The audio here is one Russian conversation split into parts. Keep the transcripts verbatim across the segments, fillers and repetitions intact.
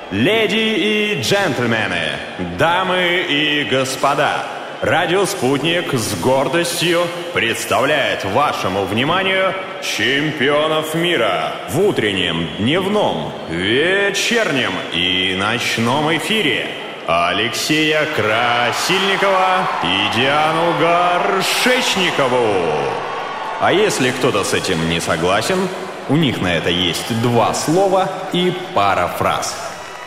Леди и джентльмены, дамы и господа, радио «Спутник» с гордостью представляет вашему вниманию чемпионов мира в утреннем, дневном, вечернем и ночном эфире Алексея Красильникова и Диану Горшечникову. А если кто-то с этим не согласен, у них на это есть два слова и пара фраз.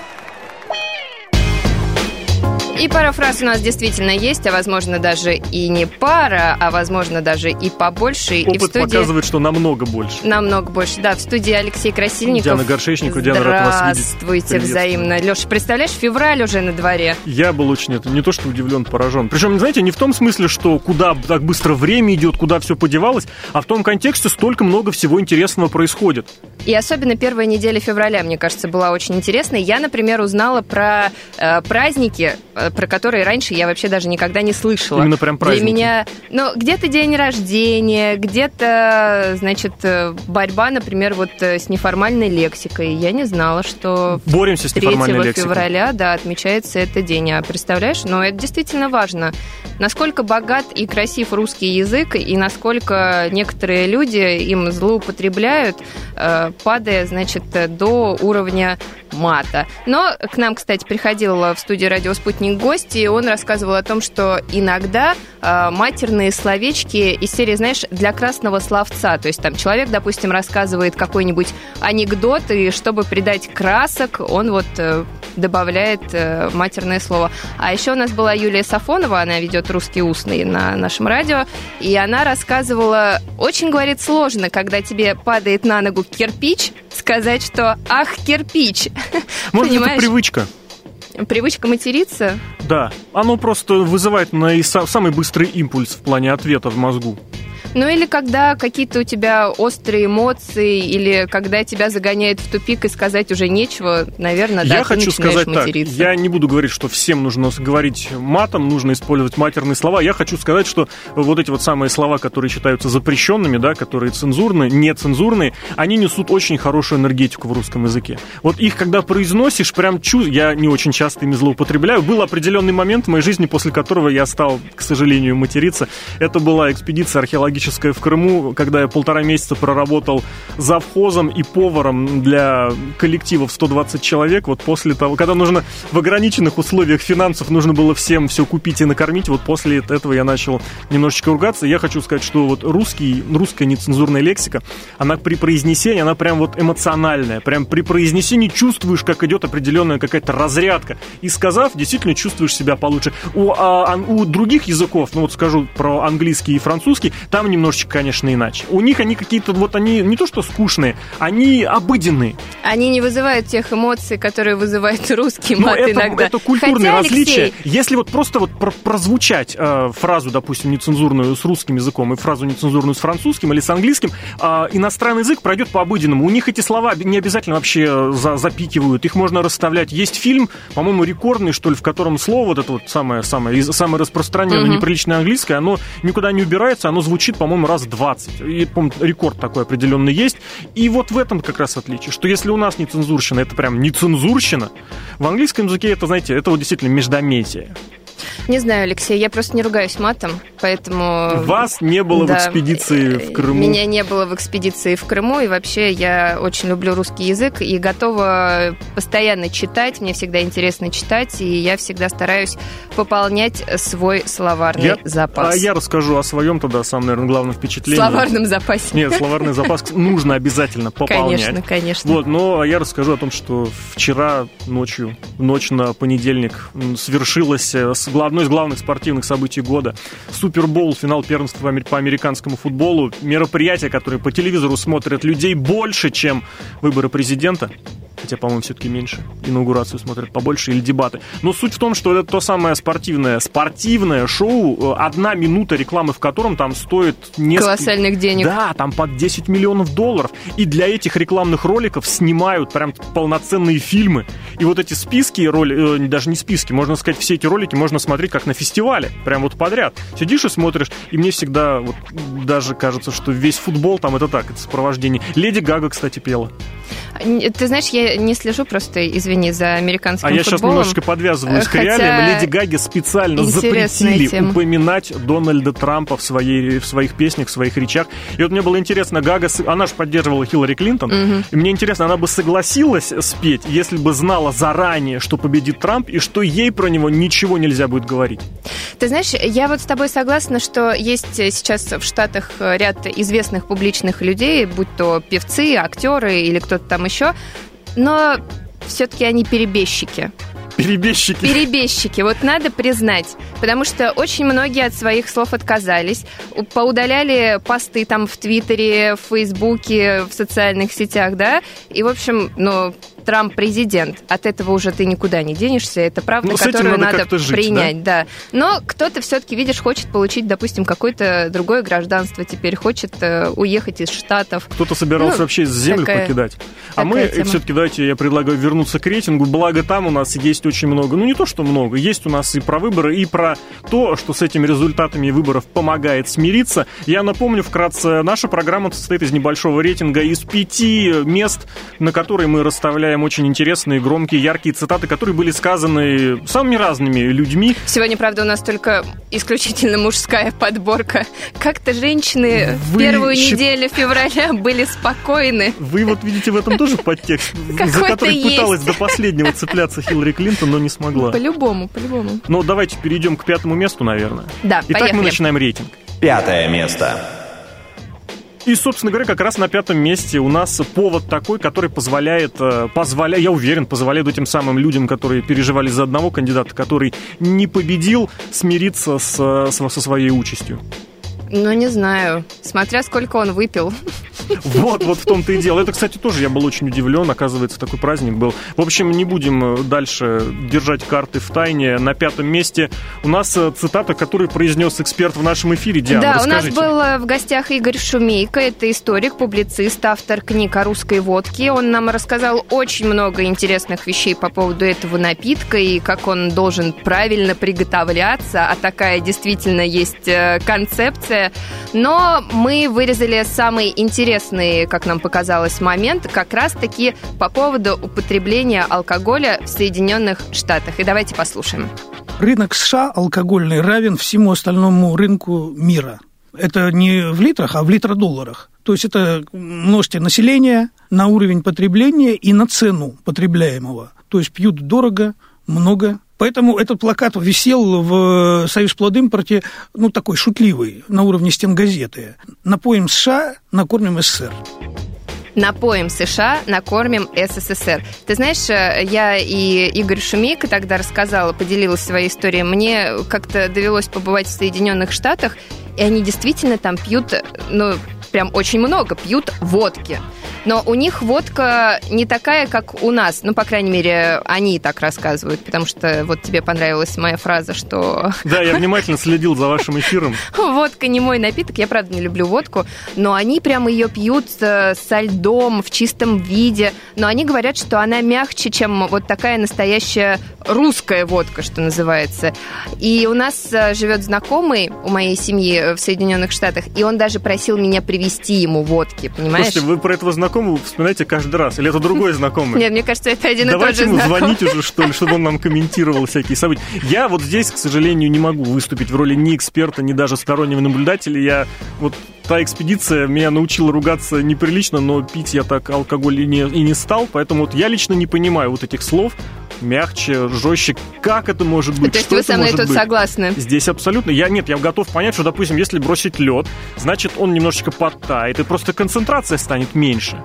И пара фраз у нас действительно есть, а возможно даже и не пара, а возможно даже и побольше. Опыт и в студии... показывает, что намного больше. Намного больше, да. В студии Алексей Красильников. Диана Горшечникова, Диана, рад вас видеть. Здравствуйте, взаимно. Леша, представляешь, февраль уже на дворе. Я был очень, это, не то что удивлен, поражен. Причем, знаете, не в том смысле, что куда так быстро время идет, куда все подевалось, а в том контексте столько много всего интересного происходит. И особенно первая неделя февраля, мне кажется, была очень интересной. Я, например, узнала про э, праздники, э, про которые раньше я вообще даже никогда не слышала. Именно прям праздники. Для меня, ну, где-то день рождения, где-то, значит, борьба, например, вот с неформальной лексикой. Я не знала, что боремся с неформальной лексикой. третьего февраля, да, отмечается этот день. А представляешь, ну, это действительно важно. Насколько богат и красив русский язык, и насколько некоторые люди им злоупотребляют, э, падая, значит, до уровня мата. Но к нам, кстати, приходил в студию «Радио Спутник» гость, и он рассказывал о том, что иногда э, матерные словечки из серии, знаешь, для красного словца. То есть там человек, допустим, рассказывает какой-нибудь анекдот, и чтобы придать красок, он вот э, добавляет э, матерное слово. А еще у нас была Юлия Сафонова, она ведет «Русский устный» на нашем радио, и она рассказывала, очень, говорит, сложно, когда тебе падает на ногу кирпич, сказать, что «ах, кирпич». Может, это привычка? Привычка материться? Да. Оно просто вызывает на самый быстрый импульс в плане ответа в мозгу. Ну или когда какие-то у тебя острые эмоции, или когда тебя загоняет в тупик и сказать уже нечего, наверное, да, я ты хочу начинаешь сказать материться. Так, я не буду говорить, что всем нужно говорить матом, нужно использовать матерные слова. Я хочу сказать, что вот эти вот самые слова, которые считаются запрещенными, да, которые цензурные, нецензурные, они несут очень хорошую энергетику в русском языке. Вот их, когда произносишь, прям чувствуешь, я не очень часто ими злоупотребляю. Был определенный момент в моей жизни, после которого я стал, к сожалению, материться. Это была экспедиция археологическая в Крыму, когда я полтора месяца проработал завхозом и поваром для коллектива в сто двадцать человек. Вот после того, когда нужно в ограниченных условиях финансов, нужно было всем все купить и накормить, вот после этого я начал немножечко ругаться. Я хочу сказать, что вот русский, русская нецензурная лексика, она при произнесении, она прям вот эмоциональная. Прям при произнесении чувствуешь, как идет определенная какая-то разрядка. И сказав, действительно чувствуешь себя получше. У, а, у других языков, ну вот скажу про английский и французский, там немножечко, конечно, иначе. У них они какие-то, вот они не то что скучные, они обыденные. Они не вызывают тех эмоций, которые вызывает русский мат это, иногда. Это культурные Хотя, различия. Алексей... Если вот просто вот про- прозвучать э, фразу, допустим, нецензурную с русским языком и фразу нецензурную с французским или с английским, э, иностранный язык пройдет по обыденному. У них эти слова не обязательно вообще за- запикивают. Их можно расставлять. Есть фильм, по-моему, рекордный, что ли, в котором слово, вот это вот самое, самое, самое распространенное mm-hmm. неприличное английское, оно никуда не убирается, оно звучит, по-моему, раз двадцать. И, по-моему, рекорд такой определенный есть. И вот в этом как раз отличие, что если у нас нецензурщина, это прям нецензурщина, в английском языке это, знаете, это вот действительно междометие. Не знаю, Алексей, я просто не ругаюсь матом, поэтому... Вас не было да, в экспедиции в Крыму. Меня не было в экспедиции в Крыму, и вообще я очень люблю русский язык и готова постоянно читать, мне всегда интересно читать, и я всегда стараюсь пополнять свой словарный я, запас. А я расскажу о своем тогда, самом, наверное, главном впечатлении. Словарном запасе. Нет, словарный запас нужно обязательно пополнять. Конечно, конечно. Вот, но я расскажу о том, что вчера ночью, ночь на понедельник, свершилось одно из главных спортивных событий года. Супербоул, финал первенства по американскому футболу. Мероприятие, которое по телевизору смотрят людей больше, чем выборы президента. Хотя, по-моему, все-таки меньше. Инаугурацию смотрят побольше или дебаты. Но суть в том, что это то самое спортивное, спортивное шоу, одна минута рекламы в котором там стоит несколько... Колоссальных денег. Да, там под десять миллионов долларов. И для этих рекламных роликов снимают прям полноценные фильмы. И вот эти списки, роли, даже не списки, можно сказать, все эти ролики можно смотреть как на фестивале, прям вот подряд. Сидишь и смотришь, и мне всегда вот даже кажется, что весь футбол там это так, это сопровождение. Леди Гага, кстати, пела. Ты знаешь, я не слежу просто, извини, за американским футболом. А я футболом. сейчас немножечко подвязываюсь Хотя... к реалиям. Леди Гаге специально запретили тема. упоминать Дональда Трампа в, своей, в своих песнях, в своих речах. И вот мне было интересно, Гага, она же поддерживала Хиллари Клинтон, угу. и мне интересно, она бы согласилась спеть, если бы знала заранее, что победит Трамп, и что ей про него ничего нельзя будет говорить. Ты знаешь, я вот с тобой согласна, что есть сейчас в Штатах ряд известных публичных людей, будь то певцы, актеры или кто-то там еще, но все-таки они перебежчики. Перебежчики. Перебежчики, вот надо признать. Потому что очень многие от своих слов отказались. Поудаляли посты там в Твиттере, в Фейсбуке, в социальных сетях, да? И, в общем, ну, Трамп президент. От этого уже ты никуда не денешься. Это правда, которую надо, надо жить, принять, да? да. Но кто-то все-таки, видишь, хочет получить, допустим, какое-то другое гражданство теперь, хочет э, уехать из Штатов. Кто-то собирался ну, вообще землю такая, покидать. А мы тема. все-таки, давайте, я предлагаю вернуться к рейтингу. Благо там у нас есть очень много, ну не то, что много, есть у нас и про выборы, и про то, что с этими результатами выборов помогает смириться. Я напомню вкратце, наша программа состоит из небольшого рейтинга, из пяти мест, на которые мы расставляем очень интересные, громкие, яркие цитаты, которые были сказаны самыми разными людьми. Сегодня, правда, у нас только исключительно мужская подборка. Как-то женщины Вы в первую счит... неделю февраля были спокойны. Вы вот видите в этом тоже подтекст, за который пыталась до последнего цепляться Хиллари Клинтон, но не смогла. По-любому, по-любому. Ну, давайте перейдем к пятому месту, наверное. Да, Итак, поехали. мы начинаем рейтинг. Пятое место. И, собственно говоря, как раз на пятом месте у нас повод такой, который позволяет, позволяет, я уверен, позволяет этим самым людям, которые переживали за одного кандидата, который не победил, смириться с, со своей участью. Ну, не знаю. Смотря сколько он выпил. Вот, вот в том-то и дело. Это, кстати, тоже я был очень удивлен. Оказывается, такой праздник был. В общем, не будем дальше держать карты в тайне. На пятом месте у нас цитата, которую произнес эксперт в нашем эфире. Диана, да, расскажите. У нас был в гостях Игорь Шумейко. Это историк, публицист, автор книг о русской водке. Он нам рассказал очень много интересных вещей по поводу этого напитка и как он должен правильно приготовляться. А такая действительно есть концепция. Но мы вырезали самые интересные, как нам показалось, момент как раз-таки по поводу употребления алкоголя в Соединенных Штатах. И давайте послушаем. Рынок США алкогольный равен всему остальному рынку мира. Это не в литрах, а в литродолларах. То есть это множьте населения на уровень потребления и на цену потребляемого. То есть пьют дорого, много. Поэтому этот плакат висел в Союзплодимпорте, ну, такой шутливый, на уровне стен газеты. «Напоим США, накормим СССР». Напоим США, накормим СССР. Ты знаешь, я и Игорь Шумейко тогда рассказала, поделилась своей историей. Мне как-то довелось побывать в Соединенных Штатах, и они действительно там пьют, ну, прям очень много, пьют водки. Но у них водка не такая, как у нас. Ну, по крайней мере, они так рассказывают, потому что вот тебе понравилась моя фраза, что... Да, я внимательно следил за вашим эфиром. Водка не мой напиток, я, правда, не люблю водку, но они прямо ее пьют со льдом, в чистом виде. Но они говорят, что она мягче, чем вот такая настоящая русская водка, что называется. И у нас живет знакомый у моей семьи в Соединенных Штатах, и он даже просил меня привезти ему водки, понимаешь? Слушайте, вы про этого знакомого вы вспоминаете каждый раз? Или это другой знакомый? Нет, мне кажется, это один Давайте и тот же знакомый. Давайте ему звонить уже, что ли, чтобы он нам комментировал всякие события. Я вот здесь, к сожалению, не могу выступить в роли ни эксперта, ни даже стороннего наблюдателя. Я вот... Та экспедиция меня научила ругаться неприлично, но пить я так алкоголь и не, и не стал. Поэтому вот я лично не понимаю вот этих слов. Мягче, жестче. Как это может быть? То есть что вы со мной тут быть? Согласны? Здесь абсолютно. Я, нет, я готов понять, что, допустим, если бросить лед, значит, он немножечко подтает, и просто концентрация станет меньше.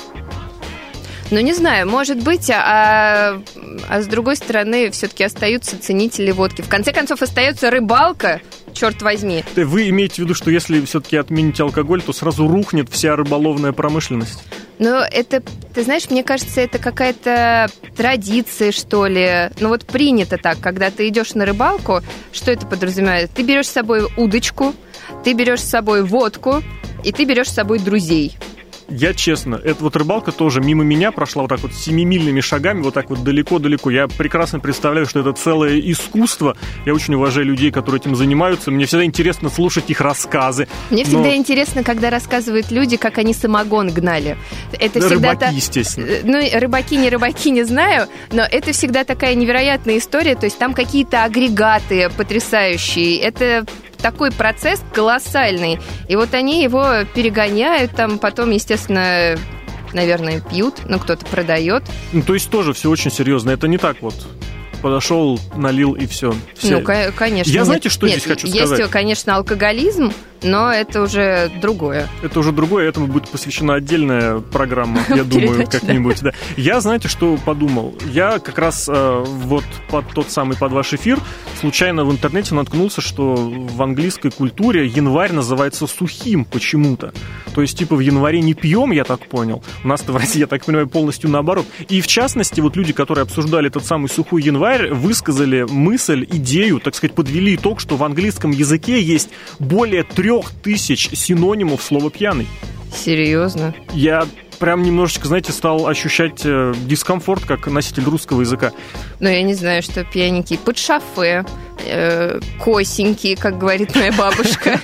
Ну, не знаю, может быть, а, а с другой стороны, все-таки остаются ценители водки. В конце концов, остается рыбалка, черт возьми. Вы имеете в виду, что если все-таки отменить алкоголь, то сразу рухнет вся рыболовная промышленность? Ну, это, ты знаешь, мне кажется, это какая-то традиция, что ли. Ну, вот принято так, когда ты идешь на рыбалку, что это подразумевает? Ты берешь с собой удочку, ты берешь с собой водку, и ты берешь с собой друзей. Я честно, эта вот рыбалка тоже мимо меня прошла вот так вот семимильными шагами, вот так вот далеко-далеко. Я прекрасно представляю, что это целое искусство. Я очень уважаю людей, которые этим занимаются. Мне всегда интересно слушать их рассказы. Мне но... всегда интересно, когда рассказывают люди, как они самогон гнали. Это да, всегда рыбаки, та... естественно. Ну, рыбаки, не рыбаки, не знаю, но это всегда такая невероятная история. То есть там какие-то агрегаты потрясающие. Это... такой процесс колоссальный. И вот они его перегоняют, там потом, естественно, наверное, пьют, ну, кто-то продает. Ну, то есть тоже все очень серьезно. Это не так вот. Подошел, налил и все. все. Ну, конечно. Я, нет, знаете, что нет, здесь хочу есть, сказать? Есть, конечно, алкоголизм, но это уже другое. Это уже другое, этому будет посвящена отдельная программа, я думаю, как-нибудь. Да. Я, знаете, что подумал? Я как раз э, вот под тот самый, под ваш эфир, случайно в интернете наткнулся, что в английской культуре январь называется сухим почему-то. То есть, типа, в январе не пьем, я так понял. У нас-то в России, я так понимаю, полностью наоборот. И, в частности, вот люди, которые обсуждали этот самый сухой январь, высказали мысль, идею, так сказать, подвели итог, что в английском языке есть более трех тысяч синонимов слова «пьяный». Серьезно? Я прям немножечко, знаете, стал ощущать э, дискомфорт как носитель русского языка. Ну, я не знаю, что пьяненький, под шофе, э, косенький, как говорит моя бабушка.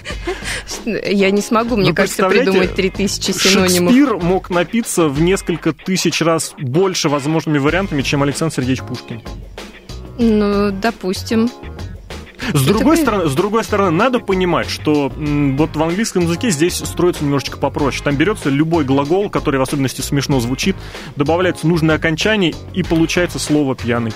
Я не смогу, мне кажется, придумать три тысячи синонимов. Шекспир мог напиться в несколько тысяч раз больше возможными вариантами, чем Александр Сергеевич Пушкин. Ну, допустим. С другой, стороны, с другой стороны, надо понимать, что м, вот в английском языке здесь строится немножечко попроще. Там берется любой глагол, который в особенности смешно звучит, добавляется нужное окончание, и получается слово «пьяный».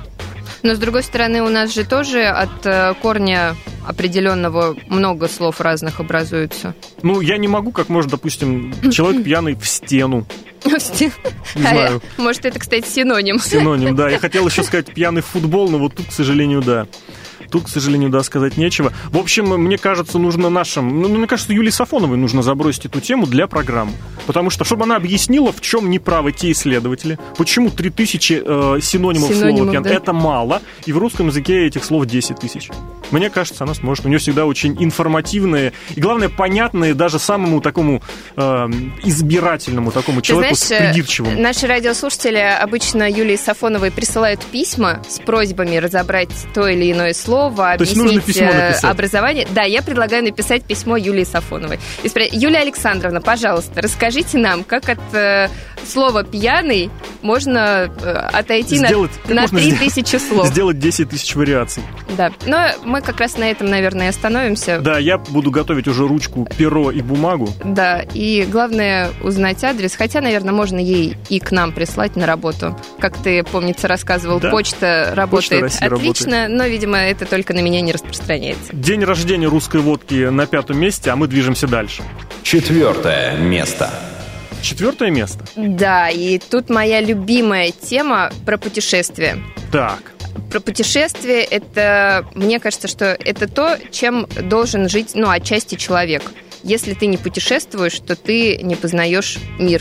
Но, с другой стороны, у нас же тоже от э, корня определенного много слов разных образуется. Ну, я не могу, как может, допустим, человек пьяный в стену. Не знаю. Может, это, кстати, синоним. Синоним, да. Я хотел еще сказать пьяный в футбол, но вот тут, к сожалению, да. Тут, к сожалению, да, сказать нечего. В общем, мне кажется, нужно нашим... Ну, мне кажется, Юлии Сафоновой нужно забросить эту тему для программы. Потому что, чтобы она объяснила, в чем неправы те исследователи, почему три тысячи э, синонимов, синонимов слова «пьян» да. это мало, и в русском языке этих слов десять тысяч. Мне кажется, она сможет. У нее всегда очень информативные и, главное, понятные даже самому такому э, избирательному такому Ты человеку знаешь, с придирчивым. Наши радиослушатели обычно Юлии Сафоновой присылают письма с просьбами разобрать то или иное слово, объяснить образование. Да, я предлагаю написать письмо Юлии Сафоновой. Юлия Александровна, пожалуйста, расскажите нам, как от э, слова «пьяный» можно э, отойти сделать, на, на три тысячи слов. Сделать десять тысяч вариаций. Да, но мы как раз на этом, наверное, остановимся. Да, я буду готовить уже ручку, перо и бумагу. Да, и главное узнать адрес, хотя, наверное, можно ей и к нам прислать на работу. Как ты, помнится, рассказывал, да. почта работает Почта отлично, работает. Но, видимо, это только на меня не распространяется. День рождения русской водки на пятом месте, а мы движемся дальше. Четвертое место. Четвертое место? Да, и тут моя любимая тема про путешествия. Так. Про путешествие, это, мне кажется, что это то, чем должен жить, ну, отчасти человек. Если ты не путешествуешь, то ты не познаешь мир.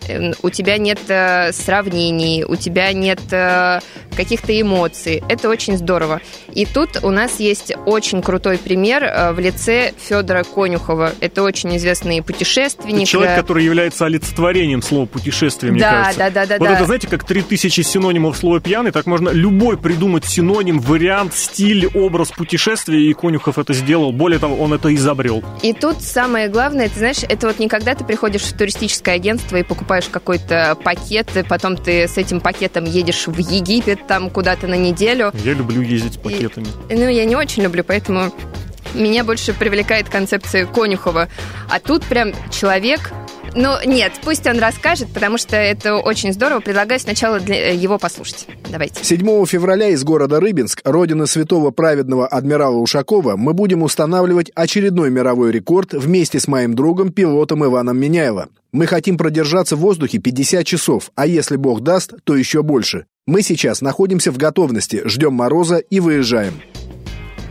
У тебя нет э, сравнений, у тебя нет э, каких-то эмоций. Это очень здорово. И тут у нас есть очень крутой пример э, в лице Федора Конюхова. Это очень известный путешественник. Это человек, который является олицетворением слова «путешествие», мне да, кажется. Да, да, да. Вот да. это, знаете, как три тысячи синонимов слова «пьяный», так можно любой придумать синоним, вариант, стиль, образ путешествия, и Конюхов это сделал. Более того, он это изобрел. И тут самое главное, ты знаешь, это вот не когда ты приходишь в туристическое агентство и покупаешь какой-то пакет, и потом ты с этим пакетом едешь в Египет, там куда-то на неделю. Я люблю ездить с пакетами. И, ну, я не очень люблю, поэтому меня больше привлекает концепция Конюхова. А тут прям человек... Ну, нет, пусть он расскажет, потому что это очень здорово. Предлагаю сначала для его послушать. Давайте. седьмого февраля из города Рыбинск, родины святого праведного адмирала Ушакова, мы будем устанавливать очередной мировой рекорд вместе с моим другом, пилотом Иваном Миняева. Мы хотим продержаться в воздухе пятьдесят часов, а если Бог даст, то еще больше. Мы сейчас находимся в готовности, ждем мороза и выезжаем.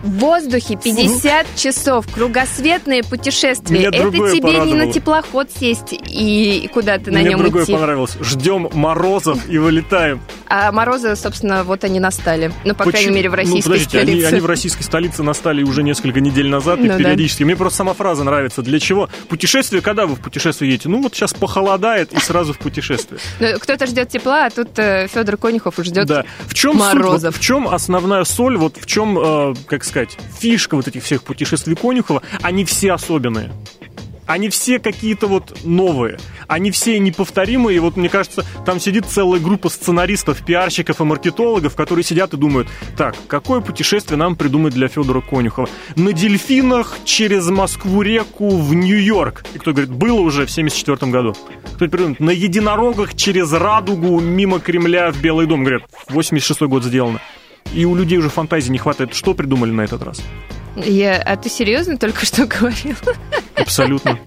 В воздухе пятьдесят часов, кругосветное путешествие. Меня Это тебе порадовало. не на теплоход сесть и куда-то на Мне нем другое идти. понравилось. Ждем морозов и вылетаем. А морозы, собственно, вот они настали. Ну, по Почему? крайней мере, в российской ну, подождите, столице. Они, они в российской столице настали уже несколько недель назад, Ну, и периодически. Да. Мне просто сама фраза нравится. Для чего? Путешествие, когда вы в путешествие едете? Ну, вот сейчас похолодает, и сразу в путешествие. Ну, кто-то ждет тепла, а тут э, Федор Конюхов ждет да. В чем морозов. Суть, вот, в чем основная соль, вот в чем, э, как сказать, фишка вот этих всех путешествий Конюхова? Они все особенные. Они все какие-то вот новые. Они все неповторимые. И вот, мне кажется, там сидит целая группа сценаристов, пиарщиков и маркетологов, которые сидят и думают: так, какое путешествие нам придумать для Федора Конюхова? На дельфинах через Москву-реку в Нью-Йорк. И кто говорит, было уже в семьдесят четвёртом году. Кто-то придумает, на единорогах через Радугу мимо Кремля в Белый дом. Говорят, восемьдесят шестой год сделано. И у людей уже фантазии не хватает. Что придумали на этот раз? Я... А ты серьезно только что говорил? Абсолютно.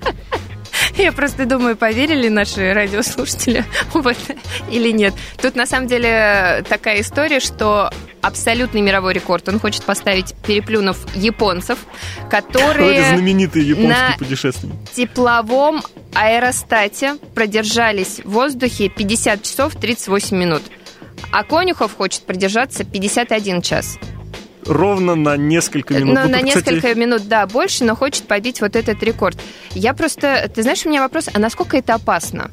Я просто думаю, поверили наши радиослушатели вот, или нет. Тут на самом деле такая история, что абсолютный мировой рекорд он хочет поставить, переплюнув японцев, которые знаменитые японские на путешественники. тепловом аэростате продержались в воздухе пятьдесят часов тридцать восемь минут. А Конюхов хочет продержаться пятьдесят один час. Ровно на несколько минут. Ну, вот на это, несколько кстати... минут, да, больше, но хочет побить вот этот рекорд. Я просто... Ты знаешь, у меня вопрос, а насколько это опасно?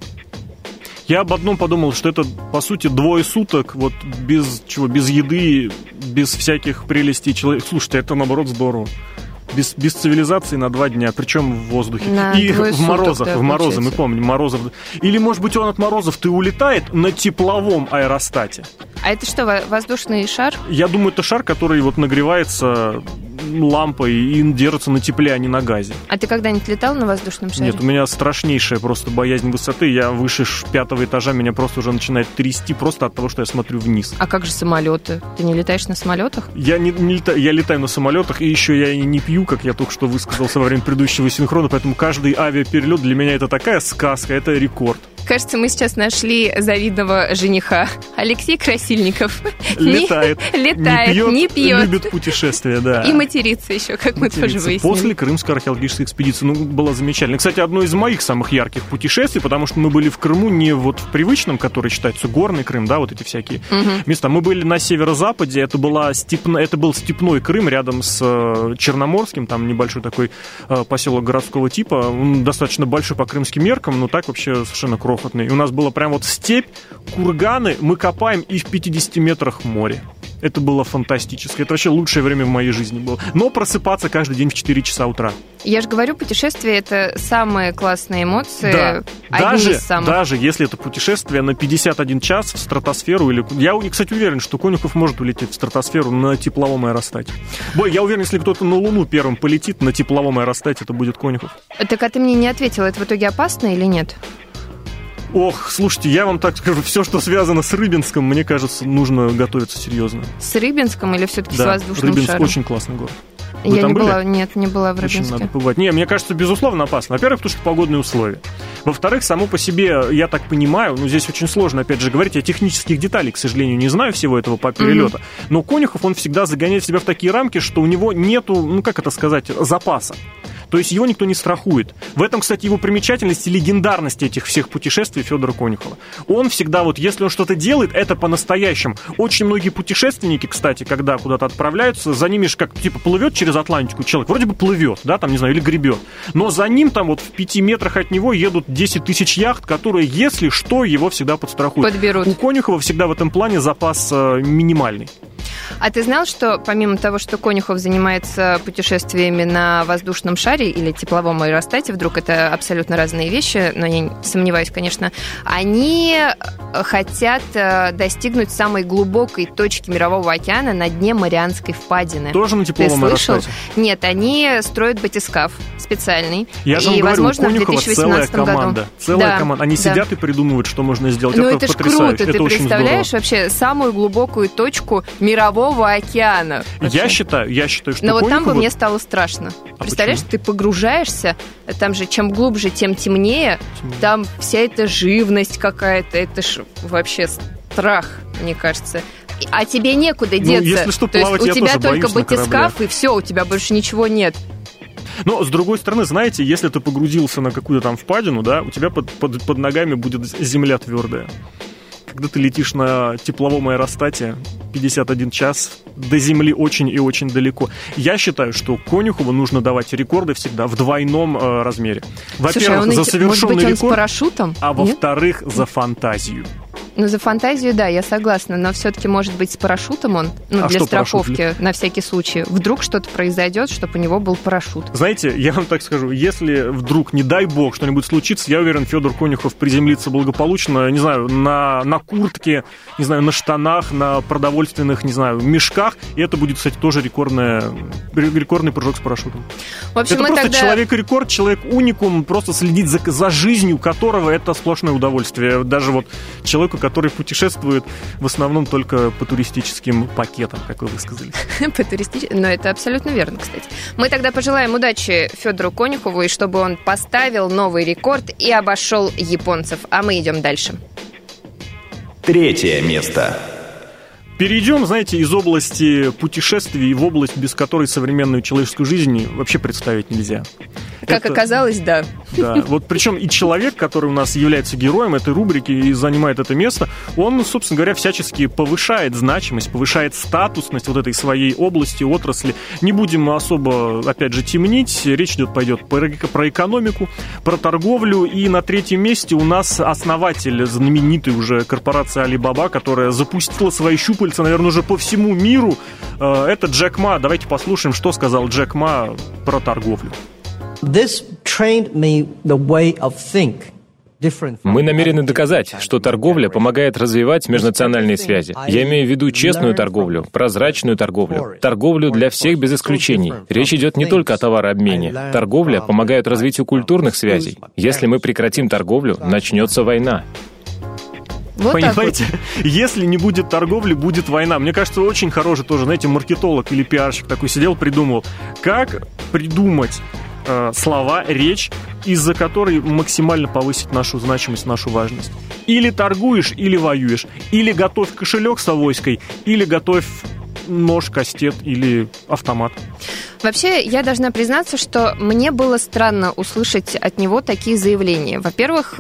Я об одном подумал, что это, по сути, двое суток, вот без чего, без еды, без всяких прелестей человека. Слушайте, это, наоборот, здорово. Без, без цивилизации на два дня, причем в воздухе. На и в суток, морозах, да, в морозы, мы получается. помним, морозов. Или, может быть, он от морозов ты улетает на тепловом аэростате. А это что, во- воздушный шар? Я думаю, это шар, который вот нагревается лампой и держится на тепле, а не на газе. А ты когда-нибудь летал на воздушном шаре? Нет, у меня страшнейшая просто боязнь высоты. Я выше ш- пятого этажа, меня просто уже начинает трясти просто от того, что я смотрю вниз. А как же самолеты? Ты не летаешь на самолетах? Я, не, не лета- я летаю на самолетах, и еще я и не пью, как я только что высказался во время предыдущего синхрона, поэтому каждый авиаперелет для меня это такая сказка, это рекорд. Кажется, мы сейчас нашли завидного жениха. Алексей Красильников. Летает. Не, летает, не пьет. Любит путешествия, да. И матерится еще, как мы тоже выяснили. После Крымской археологической экспедиции. Ну, было замечательно. Кстати, одно из моих самых ярких путешествий, потому что мы были в Крыму не вот в привычном, который считается горный Крым, да, вот эти всякие Угу. места. Мы были на северо-западе, это, была степно... это был степной Крым рядом с э, Черноморским, там небольшой такой э, поселок городского типа, он достаточно большой по крымским меркам, но так вообще совершенно крохотный. И у нас было прям вот степь, курганы, мы копаем, и в пятидесяти метрах море. Это было фантастически. Это вообще лучшее время в моей жизни было. Но просыпаться каждый день в четыре часа утра. Я же говорю, путешествие – это самые классные эмоции. Да. Одни Даже, из самых. даже если это путешествие на пятьдесят один час в стратосферу. Или... Я, кстати, уверен, что Конюхов может улететь в стратосферу на тепловом аэростате. Бой, я уверен, если кто-то на Луну первым полетит на тепловом аэростате, это будет Конюхов. Так а ты мне не ответил, это в итоге опасно или нет? Ох, слушайте, я вам так скажу, все, что связано с Рыбинском, мне кажется, нужно готовиться серьезно. С Рыбинском или все-таки с Да, воздушным Рыбинск шаром? очень классный город. Вы Я там не были? была, нет, не была в Очень Рыбинске. надо побывать. Не, мне кажется, безусловно опасно. Во-первых, потому что погодные условия. Во-вторых, само по себе, я так понимаю, ну, здесь очень сложно, опять же, говорить, я технических деталей, к сожалению, не знаю всего этого по перелету, mm-hmm. но Конюхов, он всегда загоняет себя в такие рамки, что у него нету, ну, как это сказать, запаса. То есть его никто не страхует. В этом, кстати, его примечательность и легендарность этих всех путешествий Федора Конюхова. Он всегда, вот если он что-то делает, это по-настоящему. Очень многие путешественники, кстати, когда куда-то отправляются, за ними же как, типа, плывет через Атлантику человек, вроде бы плывет, да, там, не знаю, или гребет. Но за ним там вот в пяти метрах от него едут десять тысяч яхт, которые, если что, его всегда подстрахуют. Подберут. У Конюхова всегда в этом плане запас э, минимальный. А ты знал, что помимо того, что Конюхов занимается путешествиями на воздушном шаре или тепловом аэростате, вдруг это абсолютно разные вещи, но я сомневаюсь, конечно, они хотят достигнуть самой глубокой точки Мирового океана на дне Марианской впадины. Тоже на тепловом Ты слышал? аэростате? Нет, они строят батискаф специальный. Я же вам и, говорю, возможно, у Конюхова в две тысячи восемнадцатом целая команда. году. Целая Да, команда. Они да. сидят и придумывают, что можно сделать. Ну, это это ж потрясающе. круто. Это Ты очень представляешь здорово. вообще самую глубокую точку Мирового океана? Вообще. Я считаю, я считаю, что Но вот там бы Конюхова- мне стало страшно. А Представляешь, почему? ты погружаешься, там же чем глубже, тем темнее, там вся эта живность какая-то, это ж вообще страх, мне кажется. а тебе некуда деться. Ну, если что, то есть плавать у я тебя тоже только боюсь на батискаф, и все, у тебя больше ничего нет. Но, с другой стороны, знаете, если ты погрузился на какую-то там впадину, да, у тебя под, под, под ногами будет земля твердая. Когда ты летишь на тепловом аэростате пятьдесят один час, до земли очень и очень далеко. Я считаю, что Конюхову нужно давать рекорды всегда в двойном э, размере. Во-первых, Слушай, а за идти, совершенный может быть, он рекорд, с парашютом? а во-вторых, за фантазию. Ну, за фантазию, да, я согласна, но все-таки, может быть, с парашютом он, ну, А для что страховки, парашют? на всякий случай. Вдруг что-то произойдет, чтобы у него был парашют. Знаете, я вам так скажу, если вдруг, не дай бог, что-нибудь случится, я уверен, Федор Конюхов приземлится благополучно, не знаю, на, на куртке, не знаю, на штанах, на продовольственных, не знаю, мешках, и это будет, кстати, тоже рекордная, рекордный прыжок с парашютом. В общем, это мы просто тогда... человек-рекорд, человек-уникум, просто следить за, за жизнью которого это сплошное удовольствие. Даже вот человеку, который путешествует в основном только по туристическим пакетам, как вы высказались. По туристическим... Но это абсолютно верно, кстати. Мы тогда пожелаем удачи Федору Конюхову, и чтобы он поставил новый рекорд и обошел японцев. А мы идем дальше. Третье место. Перейдем, знаете, из области путешествий в область, без которой современную человеческую жизнь вообще представить нельзя. Как это... оказалось, да. Да, вот причем и человек, который у нас является героем этой рубрики и занимает это место, он, собственно говоря, всячески повышает значимость, повышает статусность вот этой своей области, отрасли. Не будем особо, опять же, темнить. Речь идет, пойдет про экономику, про торговлю. И на третьем месте у нас основатель знаменитой уже корпорации Alibaba, которая запустила свои щупальца, наверное, уже по всему миру. Это Джек Ма. Давайте послушаем, что сказал Джек Ма про торговлю. Мы намерены доказать, что торговля помогает развивать межнациональные связи. Я имею в виду честную торговлю, прозрачную торговлю, торговлю для всех без исключений. Речь идет не только о товарообмене. Торговля помогает развитию культурных связей. Если мы прекратим торговлю, начнется война. Вот понимаете, вот. Если не будет торговли, будет война. Мне кажется, очень хороший тоже, знаете, маркетолог или пиарщик такой сидел, придумал, как придумать э, слова, речь, из-за которой максимально повысить нашу значимость, нашу важность. Или торгуешь, или воюешь. Или готовь кошелек с авоськой, или готовь нож, кастет или автомат. Вообще, я должна признаться, что мне было странно услышать от него такие заявления. Во-первых,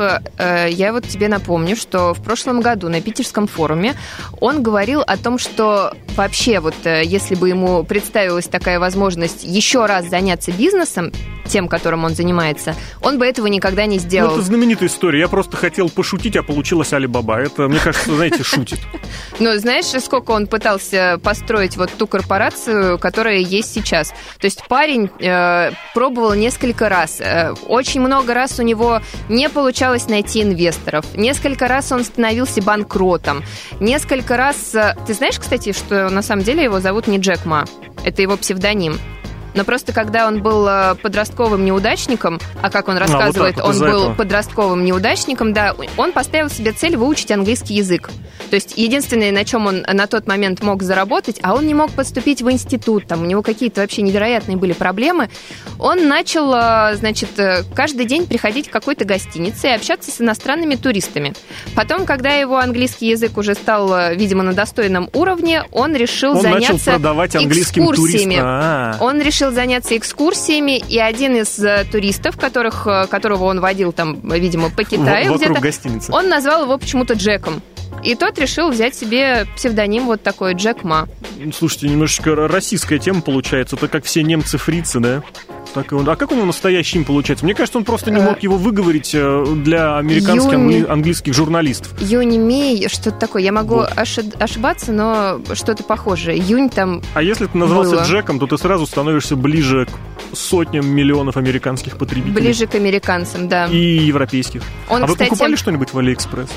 я вот тебе напомню, что в прошлом году на Питерском форуме он говорил о том, что вообще вот если бы ему представилась такая возможность еще раз заняться бизнесом, тем, которым он занимается, он бы этого никогда не сделал. Ну, это знаменитая история. Я просто хотел пошутить, а получилось Alibaba. Это, мне кажется, знаете, шутит. Ну, знаешь, сколько он пытался построить вот ту корпорацию, которая есть сейчас? То есть парень э, пробовал несколько раз. Э, очень много раз у него не получалось найти инвесторов. Несколько раз он становился банкротом. Несколько раз... Э, ты знаешь, кстати, что на самом деле его зовут не Джек Ма. Это его псевдоним. Но просто когда он был подростковым неудачником, а как он рассказывает, а, вот вот он был этого. подростковым неудачником, да, он поставил себе цель выучить английский язык. То есть единственное, на чем он на тот момент мог заработать, а он не мог поступить в институт, там у него какие-то вообще невероятные были проблемы, он начал, значит, каждый день приходить в какой-то гостинице и общаться с иностранными туристами. Потом, когда его английский язык уже стал, видимо, на достойном уровне, он решил он заняться начал продавать английским экскурсиями. Туристам. Он решил заняться экскурсиями, и один из туристов, которых, которого он водил там, видимо, по Китаю в, где-то, гостиницы. Он назвал его почему-то Джеком. И тот решил взять себе псевдоним вот такой, Джек Ма. Слушайте, немножечко российская тема получается. Это как все немцы-фрицы, да? Так, а как у него настоящий им получается? Мне кажется, он просто не мог его выговорить для американских Юни... английских журналистов. Юнь-Мей, что-то такое. Я могу вот. ошиб... ошибаться, но что-то похожее. Юнь там А если ты назвался было. Джеком, то ты сразу становишься ближе к сотням миллионов американских потребителей. Ближе к американцам, да. И европейских. Он, а кстати... вы покупали что-нибудь в Алиэкспресс?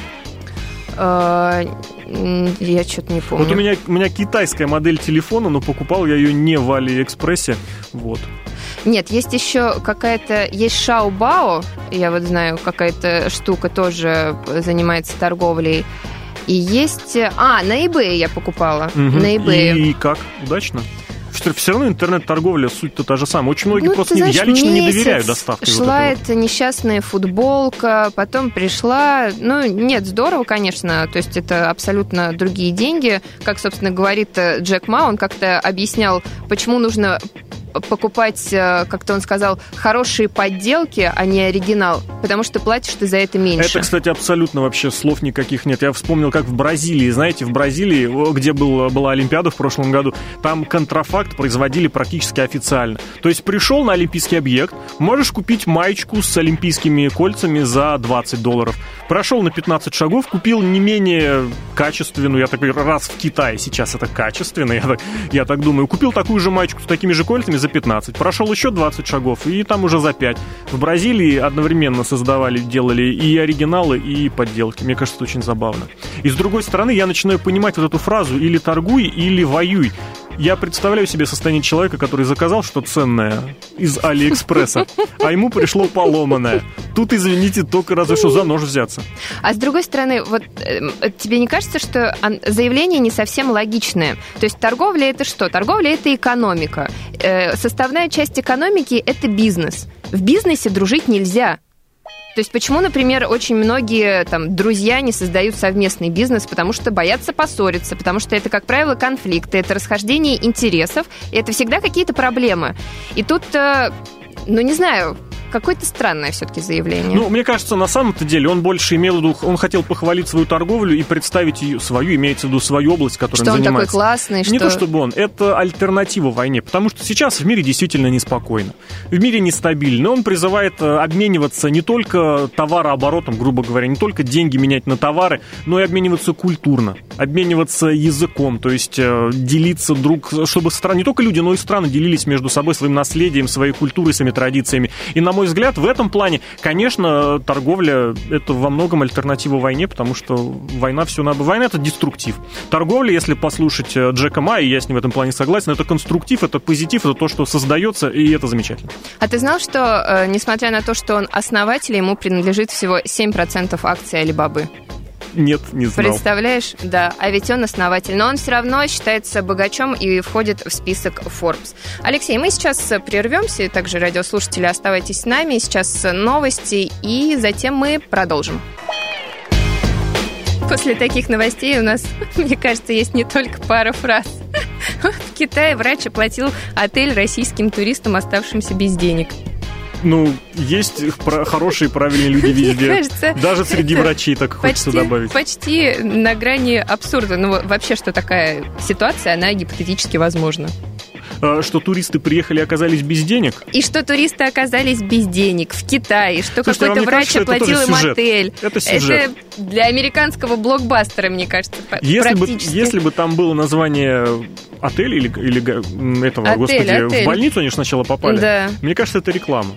Я что-то не помню. Вот у меня, у меня китайская модель телефона, но покупал я ее не в Алиэкспрессе. Вот. Нет, есть еще какая-то... Есть Шаобао, я вот знаю, какая-то штука тоже занимается торговлей. И есть... А, на eBay я покупала. Угу. На eBay. И как? Удачно? Все равно интернет-торговля, суть-то та же самая. Очень многие ну, просто... Знаешь, я лично не доверяю Шла доставке. Вот этого. эта несчастная футболка, потом пришла... Ну, нет, здорово, конечно, то есть это абсолютно другие деньги. Как, собственно, говорит Джек Ма, он как-то объяснял, почему нужно покупать, как-то он сказал, хорошие подделки, а не оригинал, потому что платишь ты за это меньше. Это, кстати, абсолютно вообще слов никаких нет. Я вспомнил, как в Бразилии, знаете, в Бразилии, где был, была Олимпиада в прошлом году, там контрафакт производили практически официально. То есть пришел на олимпийский объект, можешь купить маечку с олимпийскими кольцами за двадцать долларов. Прошел на пятнадцать шагов, купил не менее качественную, я так говорю, раз в Китае сейчас это качественно, я так, я так думаю, купил такую же маечку с такими же кольцами за пятнадцать. Прошел еще двадцать шагов, и там уже за пять. В Бразилии одновременно создавали, делали и оригиналы, и подделки. Мне кажется, это очень забавно. И с другой стороны, я начинаю понимать вот эту фразу «или торгуй, или воюй». Я представляю себе состояние человека, который заказал что-то ценное из Алиэкспресса, а ему пришло поломанное. Тут, извините, только разве что за нож взяться. А с другой стороны, вот э, тебе не кажется, что заявление не совсем логичное? То есть торговля — это что? Торговля — это экономика. Э, составная часть экономики — это бизнес. В бизнесе дружить нельзя. То есть почему, например, очень многие там, друзья не создают совместный бизнес, потому что боятся поссориться, потому что это, как правило, конфликты, это расхождение интересов, и это всегда какие-то проблемы. И тут, ну не знаю... Какое-то странное все-таки заявление. Ну, мне кажется, на самом-то деле он больше имел в виду, он хотел похвалить свою торговлю и представить ее, свою, имеется в виду свою область, которой что он занимается. Что он такой классный, что... Не то чтобы он, это альтернатива войне, потому что сейчас в мире действительно неспокойно, в мире нестабильно. Он призывает обмениваться не только товарооборотом, грубо говоря, не только деньги менять на товары, но и обмениваться культурно, обмениваться языком, то есть делиться друг, чтобы страны, не только люди, но и страны делились между собой своим наследием, своей культурой, своими традициями. И на мой взгляд, в этом плане, конечно, торговля — это во многом альтернатива войне, потому что война все надо... Война — это деструктив. Торговля, если послушать Джека Ма, и я с ним в этом плане согласен, это конструктив, это позитив, это то, что создается, и это замечательно. А ты знал, что, несмотря на то, что он основатель, ему принадлежит всего семь процентов акций Алибабы? Нет, не знал. Представляешь? Да, а ведь он основатель. Но он все равно считается богачом и входит в список Forbes. Алексей, мы сейчас прервемся. Также, радиослушатели, оставайтесь с нами. Сейчас новости, и затем мы продолжим. После таких новостей у нас, мне кажется, есть не только пара фраз. В Китае врач оплатил отель российским туристам, оставшимся без денег. Ну, есть хорошие, правильные люди везде. Кажется, даже среди врачей, так хочется почти, добавить. Почти на грани абсурда. Ну, вообще, что такая ситуация, она гипотетически возможна. Что туристы приехали и оказались без денег? И что туристы оказались без денег в Китае, что Слушайте, какой-то врач кажется, оплатил им сюжет. отель. Это сюжет. Это для американского блокбастера, мне кажется, если практически. Бы, если бы там было название отель или, или этого, отель, господи, отель. В больницу они же сначала попали. Да. Мне кажется, это реклама.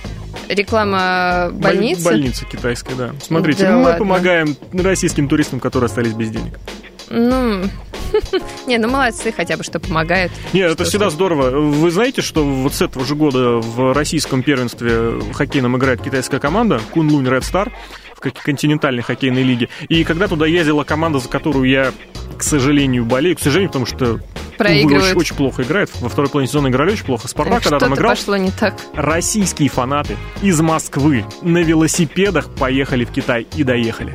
Реклама больницы? Боль, больница китайская, да. Смотрите, да мы ладно. помогаем российским туристам, которые остались без денег. Ну, не, ну молодцы хотя бы, что помогают. Нет, это всегда здорово. Вы знаете, что вот с этого же года в российском первенстве хоккейном играет китайская команда Кунлунь Ред Стар в континентальной хоккейной лиге. И когда туда ездила команда, за которую я, к сожалению, болею, к сожалению, потому что очень, очень плохо играет. Во второй половине сезона играли очень плохо. Спартак, когда там играл, пошло не так. Российские фанаты из Москвы на велосипедах поехали в Китай и доехали.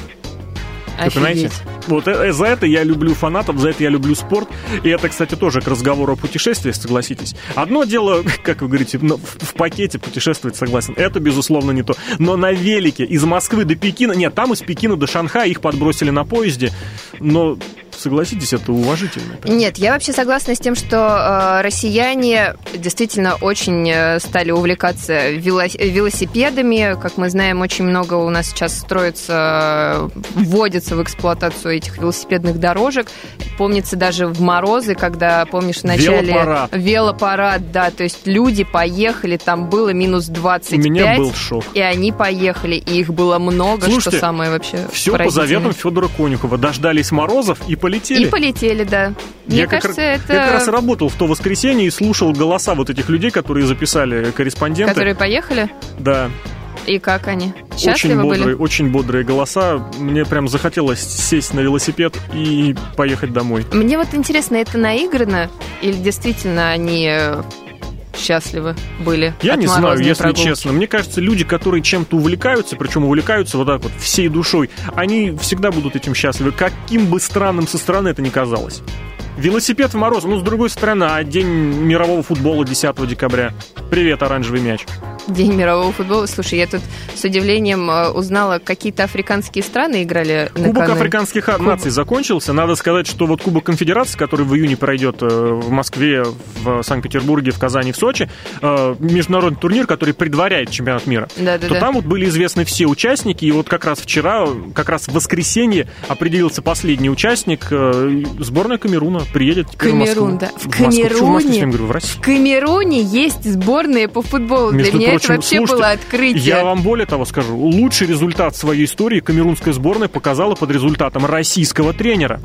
Вы понимаете? Вот за это я люблю фанатов, за это я люблю спорт. И это, кстати, тоже к разговору о путешествиях, согласитесь. Одно дело, как вы говорите, в пакете путешествовать, согласен. Это, безусловно, не то. Но на велике из Москвы до Пекина... Нет, там из Пекина до Шанхая их подбросили на поезде. Но... Согласитесь, это уважительно. Нет, я вообще согласна с тем, что э, россияне действительно очень э, стали увлекаться вело- велосипедами. Как мы знаем, очень много у нас сейчас строится, э, вводится в эксплуатацию этих велосипедных дорожек. Помнится даже в морозы, когда, помнишь, в начале... Велопарад. Велопарад, да. То есть люди поехали, там было минус двадцать пять. У меня был шок. И они поехали, и их было много. Слушайте, что самое вообще все по заветам Федора Конюхова. Дождались морозов и полетели. И полетели, да. Мне я кажется, как, это... Я как раз работал в то воскресенье и слушал голоса вот этих людей, которые записали корреспонденты. Которые поехали? Да. И как они? Счастливы очень бодрые, были? Очень бодрые голоса. Мне прям захотелось сесть на велосипед и поехать домой. Мне вот интересно, это наиграно или действительно они счастливы были? Я не знаю, если прогулки? честно. Мне кажется, люди, которые чем-то увлекаются, причем увлекаются вот так вот всей душой, они всегда будут этим счастливы, каким бы странным со стороны это ни казалось. Велосипед в мороз, ну, с другой стороны, а день мирового футбола десятого декабря. Привет, оранжевый мяч. День мирового футбола. Слушай, я тут с удивлением узнала, какие-то африканские страны играли накануне. Кубок африканских Кубок. наций закончился. Надо сказать, что вот Кубок конфедерации, который в июне пройдет в Москве, в Санкт-Петербурге, в Казани, в Сочи, международный турнир, который предваряет чемпионат мира, да, да, то да. там вот были известны все участники, и вот как раз вчера, как раз в воскресенье определился последний участник. Сборная Камеруна приедет теперь Камерун, в Москву. Да. В Камеруне, в, Москве, в, говорю, в, в Камеруне есть сборная по футболу. Между Для меня прочим, это вообще слушайте, было открытие. Я вам более того скажу. Лучший результат своей истории камерунская сборная показала под результатом российского тренера.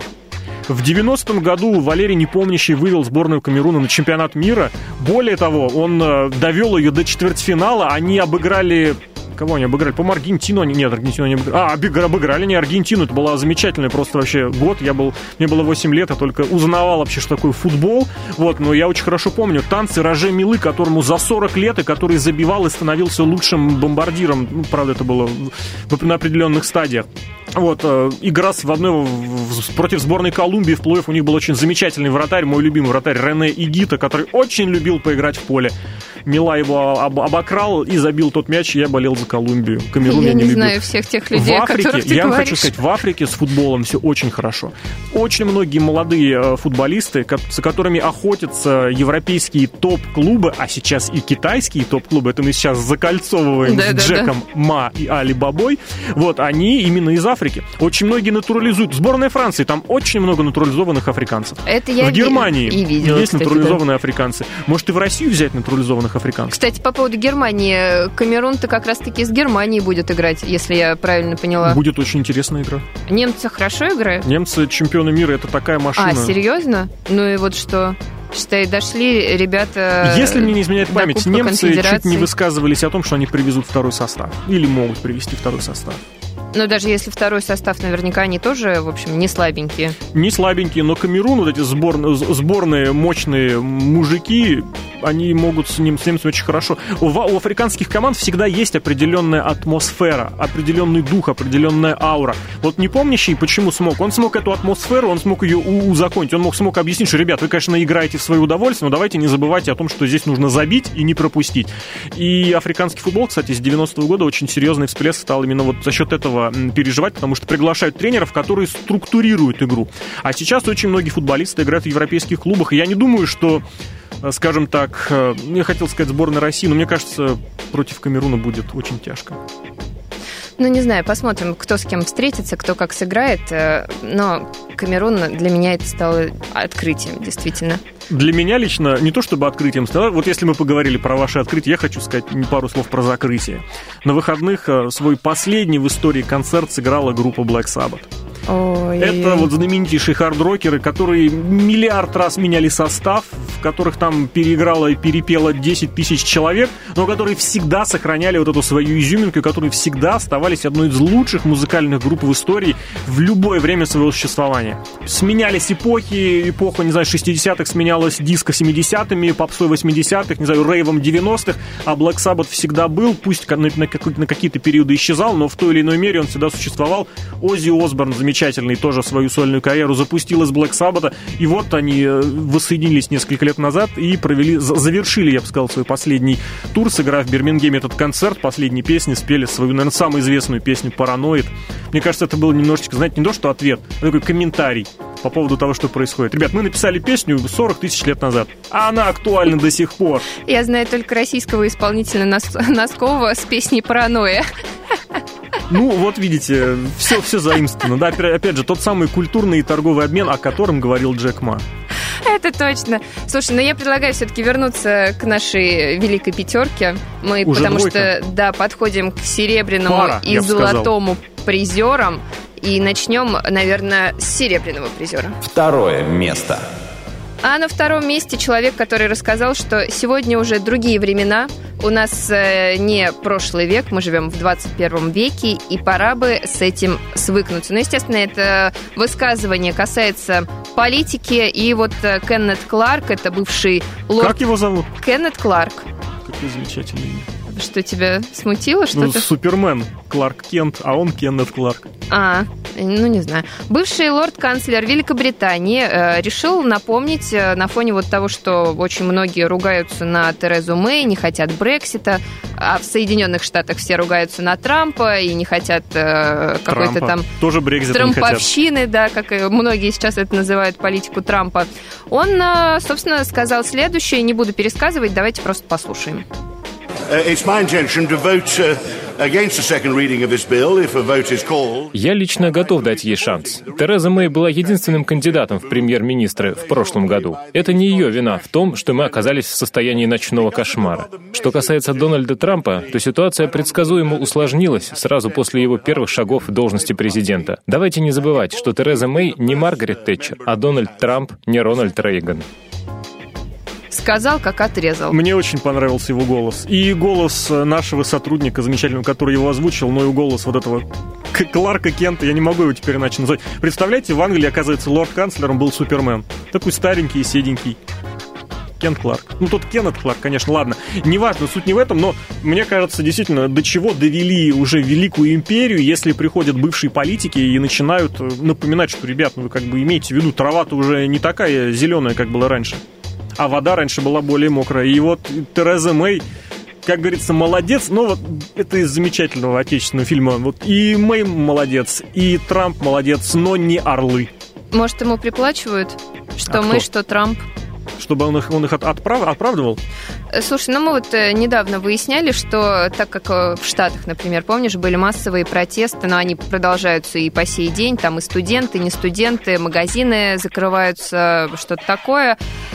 В девяностом году Валерий Непомнящий вывел сборную Камеруна на чемпионат мира. Более того, он довел ее до четвертьфинала. Они обыграли... Кого они обыграли? По-моему, Аргентину они... Нет, Аргентину они обыграли. А, обыграли не Аргентину. Это был замечательный просто вообще год. Я был... Мне было восемь лет, я только узнавал вообще, что такое футбол. Вот, но я очень хорошо помню танцы Роже Милы, которому за сорок лет, и который забивал и становился лучшим бомбардиром. Ну, правда, это было в... на определенных стадиях. Вот, э, игра в одной, в, против сборной Колумбии в плей-офф. У них был очень замечательный вратарь, мой любимый вратарь Рене Игита, который очень любил поиграть в поле. Мила его об, обокрал и забил тот мяч, и я болел за Колумбию. Камерун я, я не, не знаю любил. всех тех людей, в Африке, о которых ты я говоришь. вам хочу сказать, в Африке с футболом все очень хорошо. Очень многие молодые футболисты, за которыми охотятся европейские топ-клубы, а сейчас и китайские топ-клубы, это мы сейчас закольцовываем да, с да, Джеком да. Ма и Али Бабой, вот, они именно из Африки. Очень многие натурализуют. Сборная Франции, там очень много натурализованных африканцев. Это я в Германии и видела, есть кстати, натурализованные да. африканцы. Может, и в Россию взять натурализованных африканцев? Кстати, по поводу Германии. Камерун-то как раз-таки с Германией будет играть, если я правильно поняла. Будет очень интересная игра. Немцы хорошо играют? Немцы чемпионы мира, это такая машина. А, серьезно? Ну и вот что... Считай, дошли ребята... Если мне не изменяет память, немцы чуть не высказывались о том, что они привезут второй состав. Или могут привезти второй состав. Но даже если второй состав, наверняка они тоже, в общем, не слабенькие. Не слабенькие, но Камерун, вот эти сборные, сборные мощные мужики, они могут с, ним, с немцами очень хорошо. У, у африканских команд всегда есть определенная атмосфера, определенный дух, определенная аура. Вот Непомнящий почему смог? Он смог эту атмосферу, он смог ее узаконить, он мог, смог объяснить, что, ребят, вы, конечно, играете в свое удовольствие, но давайте не забывайте о том, что здесь нужно забить и не пропустить. И африканский футбол, кстати, с девяностого года очень серьезный всплеск стал именно вот за счет этого переживать, потому что приглашают тренеров, которые структурируют игру. А сейчас очень многие футболисты играют в европейских клубах, и я не думаю, что, скажем так, я хотел сказать сборная России, но мне кажется, против Камеруна будет очень тяжко. Ну, не знаю, посмотрим, кто с кем встретится, кто как сыграет. Но Камерун для меня это стало открытием, действительно. Для меня лично не то чтобы открытием стало. Вот если мы поговорили про ваши открытия, я хочу сказать пару слов про закрытие. На выходных свой последний в истории концерт сыграла группа Black Sabbath. Ой. Это вот знаменитейшие хард-рокеры, которые миллиард раз меняли состав, в которых там переиграло и перепело десять тысяч человек, но которые всегда сохраняли вот эту свою изюминку, которые всегда оставались одной из лучших музыкальных групп в истории в любое время своего существования. Сменялись эпохи, эпоха, не знаю, шестидесятых сменялась диско семидесятыми, попсой восьмидесятых, не знаю, рейвом девяностых, а Black Sabbath всегда был, пусть на, на, на какие-то периоды исчезал, но в той или иной мере он всегда существовал. Оззи Осборн, замечательный, тоже свою сольную карьеру запустил из Black Sabbath, и вот они воссоединились несколько лет назад и провели, завершили, я бы сказал, свой последний тур, сыграв в Бирмингеме этот концерт, последние песни, спели свою, наверное, самую известную песню «Параноид». Мне кажется, это было немножечко, знаете, не то, что ответ, а такой комментарий по поводу того, что происходит. Ребят, мы написали песню сорок тысяч лет назад, а она актуальна до сих пор. Я знаю только российского исполнителя Нос- Носкова с песней «Паранойя». Ну, вот видите, все, все заимствовано. Да, опять же, тот самый культурный и торговый обмен, о котором говорил Джек Ма. Это точно. Слушай, ну я предлагаю все-таки вернуться к нашей великой пятерке. Мы, Уже потому двойка. что, да, подходим к серебряному Пара, и золотому призерам. И начнем, наверное, с серебряного призера. Второе место. А на втором месте человек, который рассказал, что сегодня уже другие времена, у нас э, не прошлый век, мы живем в двадцать первом веке, и пора бы с этим свыкнуться. Ну, естественно, это высказывание касается политики, и вот э, Кеннет Кларк, это бывший лорд... Как его зовут? Кеннет Кларк. Какое замечательное имя. Что, тебя смутило? Что-то? Ну, Супермен Кларк Кент, а он Кеннет Кларк. А, ну не знаю. Бывший лорд-канцлер Великобритании э, решил напомнить э, на фоне вот того, что очень многие ругаются на Терезу Мэй, не хотят Брексита, а в Соединенных Штатах все ругаются на Трампа и не хотят э, какой-то там... Тоже Брексит трамповщины, да, как и многие сейчас это называют, политику Трампа. Он, э, собственно, сказал следующее, не буду пересказывать, давайте просто послушаем. Я лично готов дать ей шанс. Тереза Мэй была единственным кандидатом в премьер-министры в прошлом году. Это не ее вина в том, что мы оказались в состоянии ночного кошмара. Что касается Дональда Трампа, то ситуация предсказуемо усложнилась сразу после его первых шагов в должности президента. Давайте не забывать, что Тереза Мэй не Маргарет Тэтчер, а Дональд Трамп не Рональд Рейган. Сказал, как отрезал. Мне очень понравился его голос. И голос нашего сотрудника замечательного, который его озвучил, но и голос вот этого Кларка Кента, я не могу его теперь иначе назвать. Представляете, в Англии, оказывается, лорд-канцлером был Супермен. Такой старенький и седенький. Кент Кларк. Ну, тот Кеннет Кларк, конечно, ладно. Неважно, суть не в этом, но мне кажется, действительно, до чего довели уже великую империю, если приходят бывшие политики и начинают напоминать, что, ребят, ну вы как бы имейте в виду, трава-то уже не такая зеленая, как была раньше. А вода раньше была более мокрая. И вот Тереза Мэй, как говорится, молодец. Но вот это из замечательного отечественного фильма. Вот и Мэй молодец, и Трамп молодец, но не орлы. Может, ему приплачивают? Что а мы, кто? что Трамп? Чтобы он их, он их отправ, оправдывал? Слушай, ну мы вот недавно выясняли, что так как в Штатах, например, помнишь, были массовые протесты, но они продолжаются и по сей день, там и студенты, не студенты, магазины закрываются, что-то такое.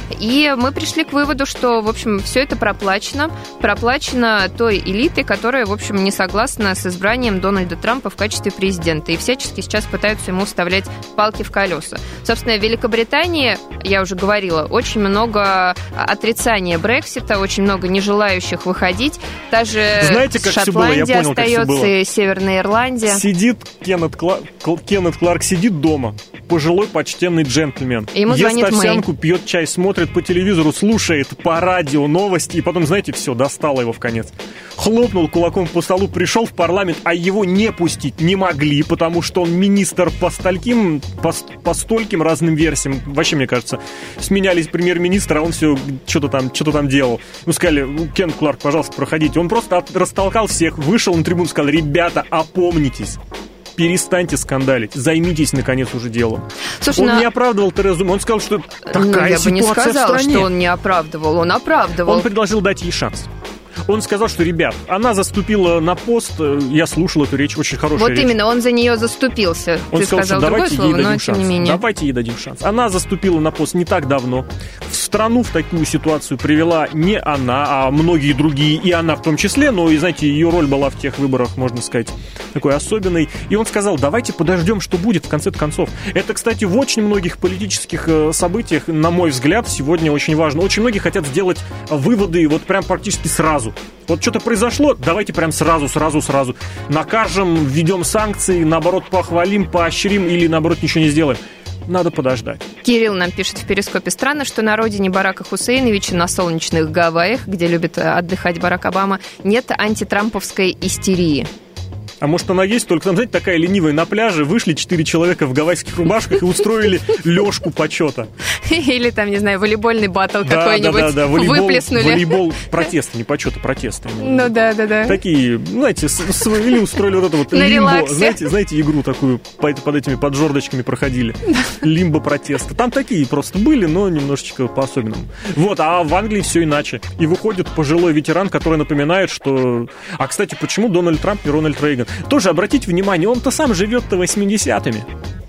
И мы пришли к выводу, что, в общем, все это проплачено. Проплачено той элитой, которая, в общем, не согласна с избранием Дональда Трампа в качестве президента. И всячески сейчас пытаются ему вставлять палки в колеса. Собственно, в Великобритании, я уже говорила, очень много отрицания Брексита, очень много нежелающих выходить. Та же Знаете, как Шотландия все было? Я понял, остается, как все было. и Северная Ирландия. Сидит Кеннет Кларк, Кеннет Кларк сидит дома, пожилой почтенный джентльмен. Ему ест овсянку, Мэй. пьет чай, смотрит по телевизору, слушает по радио новости, и потом, знаете, все, достало его в конец. Хлопнул кулаком по столу, пришел в парламент, а его не пустить не могли, потому что он министр по стольким, по, по стольким разным версиям. Вообще, мне кажется, сменялись премьер-министра, а он все что-то там, что-то там делал. Ну, сказали, Кен Кларк, пожалуйста, проходите. Он просто от, растолкал всех, вышел на трибуну, сказал, ребята, опомнитесь. Перестаньте скандалить, займитесь, наконец, уже делом. Слушай, он на... не оправдывал Терезу Мэй, он сказал, что такая ну, я ситуация бы не сказала, в стране. что он не оправдывал, он оправдывал. Он предложил дать ей шанс. Он сказал, что, ребят, она заступила на пост, я слушал эту речь, очень хорошая вот речь. Вот именно, он за нее заступился. Он Ты сказал, сказал что другое давайте слово, ей дадим но шанс. тем не менее. Давайте ей дадим шанс. Она заступила на пост не так давно. В страну в такую ситуацию привела не она, а многие другие, и она в том числе, но, и, знаете, ее роль была в тех выборах, можно сказать, такой особенной. И он сказал, давайте подождем, что будет в конце концов. Это, кстати, в очень многих политических событиях, на мой взгляд, сегодня очень важно. Очень многие хотят сделать выводы вот прям практически сразу. Вот что-то произошло, давайте прям сразу, сразу, сразу накажем, введем санкции, наоборот, похвалим, поощрим или, наоборот, ничего не сделаем. Надо подождать. Кирилл нам пишет в перископе. Странно, что на родине Барака Хусейновича на солнечных Гавайях, где любит отдыхать Барак Обама, нет антитрамповской истерии. А может, она есть, только там, знаете, такая ленивая на пляже, вышли четыре человека в гавайских рубашках и устроили лёжку почета. Или там, не знаю, волейбольный баттл да, какой-нибудь да, да, да. Волейбол, выплеснули. Волейбол протеста, не почета, протеста. Ну да, да, да. Такие, знаете, или устроили вот это вот на лимбо, релаксе. знаете, знаете, игру такую под, под этими поджордочками проходили. Лимбо протеста. Там такие просто были, но немножечко по-особенному. Вот, а в Англии все иначе. И выходит пожилой ветеран, который напоминает, что... А, кстати, почему Дональд Трамп и Рональд Рейган? Тоже обратите внимание, он-то сам живет-то восьмидесятыми.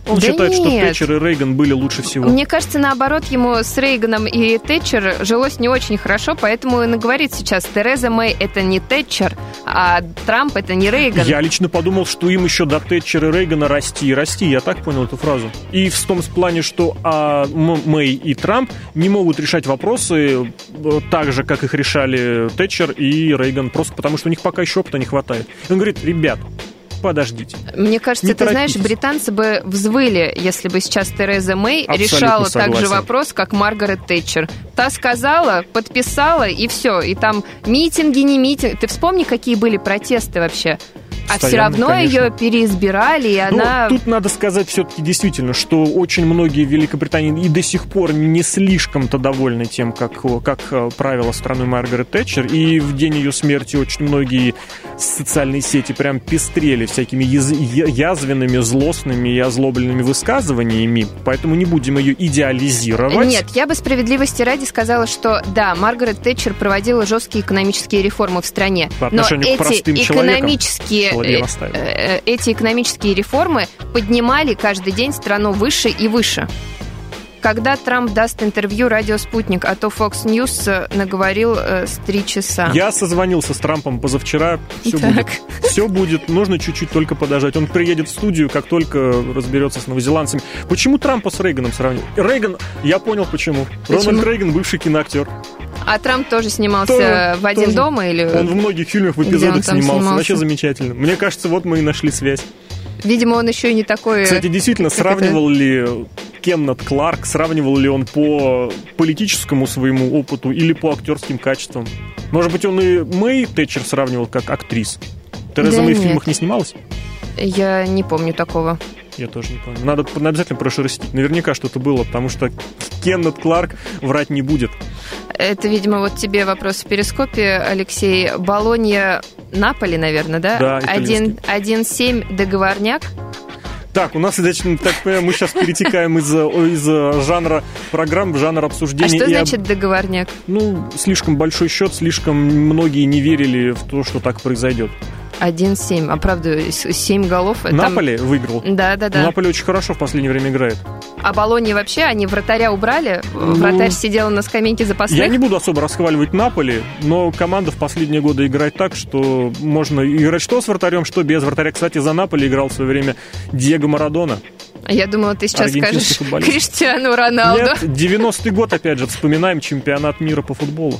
Он да считает, нет. что Тэтчер и Рейган были лучше всего. Мне кажется, наоборот, ему с Рейганом и Тэтчер жилось не очень хорошо, поэтому он и говорит сейчас, Тереза Мэй — это не Тэтчер, а Трамп — это не Рейган. Я лично подумал, что им еще до Тэтчера и Рейгана расти и расти. Я так понял эту фразу. И в том плане, что а, Мэй и Трамп не могут решать вопросы так же, как их решали Тэтчер и Рейган, просто потому что у них пока еще опыта не хватает. И он говорит, ребят, подождите. Мне кажется, не ты знаешь, торопитесь. британцы бы взвыли, если бы сейчас Тереза Мэй Абсолютно решала согласен. так же вопрос, как Маргарет Тэтчер. Та сказала, подписала, и все. И там митинги, не митинги. Ты вспомни, какие были протесты вообще. А все равно конечно. ее переизбирали, и Ну, она... тут надо сказать все-таки действительно, что очень многие в Великобритании и до сих пор не слишком-то довольны тем, как, как правила страной Маргарет Тэтчер. И в день ее смерти очень многие социальные сети прям пестрели всякими яз... язвенными, злостными и озлобленными высказываниями. Поэтому не будем ее идеализировать. Нет, я бы справедливости ради сказала, что да, Маргарет Тэтчер проводила жесткие экономические реформы в стране. По Но отношению к эти простым человекам. экономические Соловьев оставил. эти экономические реформы поднимали каждый день страну выше и выше. Когда Трамп даст интервью радио «Спутник», а то Fox News наговорил э, с три часа. Я созвонился с Трампом позавчера. Все Так. будет. Все будет. Нужно чуть-чуть только подождать. Он приедет в студию, как только разберется с новозеландцами. Почему Трампа с Рейганом сравнил? Рейган, я понял почему. Почему? Рональд Рейган бывший киноактер. А Трамп тоже снимался Тоже, в «Один тоже. дома» или... Он в многих фильмах, в Где он эпизодах там снимался. снимался? Вообще замечательно. Мне кажется, вот мы и нашли связь. Видимо, он еще и не такой... Кстати, действительно, как сравнивал ли Кеннет Кларк, сравнивал ли он по политическому своему опыту или по актерским качествам? Может быть, он и Мэй Тэтчер сравнивал как актрис? Тереза Да Мэй в нет. фильмах не снималась? Я не помню такого. Я тоже не помню. Надо обязательно прошерстить. Наверняка что-то было, потому что Кеннет Кларк врать не будет. Это, видимо, вот тебе вопрос в перископе, Алексей. Болонья, Наполи, наверное, да? Да, итальянский. один семь договорняк. Так, у нас, значит, так понимаю, мы сейчас перетекаем из, из жанра программ в жанр А обсуждения. что и об- значит договорняк? Ну, слишком большой счет, слишком многие не верили в то, что так произойдет. один семь. А правда, семь голов. там- Наполи выиграл. Да, да, да. Наполи очень хорошо в последнее время играет. А Болонья вообще, они вратаря убрали? Ну, Вратарь сидел на скамейке запасных? Я не буду особо расхваливать Наполи, но команда в последние годы играет так, что можно играть что с вратарем, что без вратаря. Кстати, за Наполи играл в свое время Диего Марадона. Я думала, ты сейчас Аргентинский скажешь футболист. Криштиану Роналду. Нет, девяностый год, опять же, вспоминаем чемпионат мира по футболу,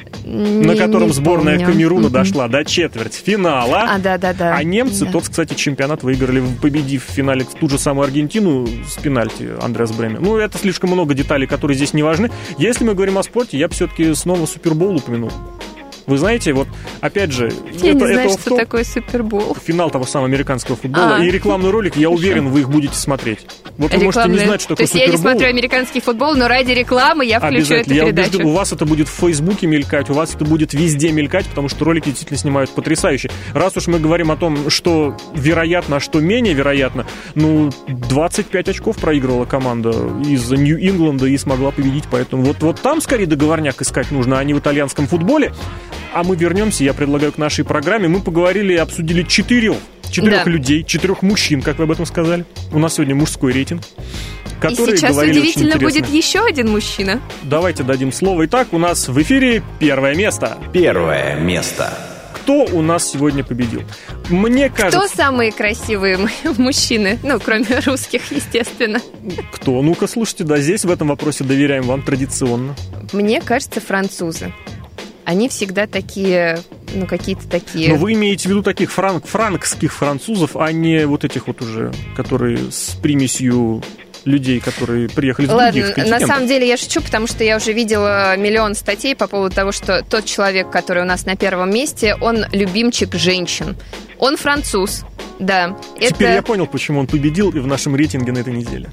Не- на котором не сборная помню. Камеруна Мгм. дошла до четвертьфинала. А, да, да, да. А немцы Да. тот, кстати, чемпионат выиграли, победив в финале ту же самую Аргентину с пенальти Андреас Бреме. Ну, это слишком много деталей, которые здесь не важны. Если мы говорим о спорте, я бы все-таки снова Супербоул упомянул. Вы знаете, вот, опять же, Я это, не знаю, это что офф-топ. такое Супербол. Финал того самого американского футбола А. и рекламный ролик, я уверен, вы их будете смотреть. Вот вы можете не Рекламная- знать, что То такое есть я не Супербол. смотрю американский футбол, но ради рекламы я включу эту Обязательно. Я убежден, передачу. у вас это будет в Фейсбуке мелькать, у вас это будет везде мелькать, потому что ролики действительно снимают потрясающе. Раз уж мы говорим о том, что вероятно, а что менее вероятно, ну, двадцать пять очков проигрывала команда из Нью-Ингланда и смогла победить, поэтому вот, вот там скорее договорняк искать нужно, а не в итальянском футболе. А мы вернемся, я предлагаю, к нашей программе. Мы поговорили и обсудили четырех, четырех Да. людей, четырех мужчин, как вы об этом сказали. У нас сегодня мужской рейтинг. И Которые сейчас говорили очень удивительно интересно. будет еще один мужчина. Давайте дадим слово. Итак, у нас в эфире первое место. Первое место. Кто у нас сегодня победил? Мне кажется... Кто самые красивые м- мужчины? Ну, кроме русских, естественно. Кто? Ну-ка, слушайте, да, здесь в этом вопросе доверяем вам традиционно. Мне кажется, французы. Они всегда такие, ну, какие-то такие... Но вы имеете в виду таких франк, франкских французов, а не вот этих вот уже, которые с примесью людей, которые приехали с Ладно, других на континентов. самом деле я шучу, потому что я уже видела миллион статей по поводу того, что тот человек, который у нас на первом месте, он любимчик женщин. Он француз, да. Теперь Это... я понял, почему он победил и в нашем рейтинге на этой неделе.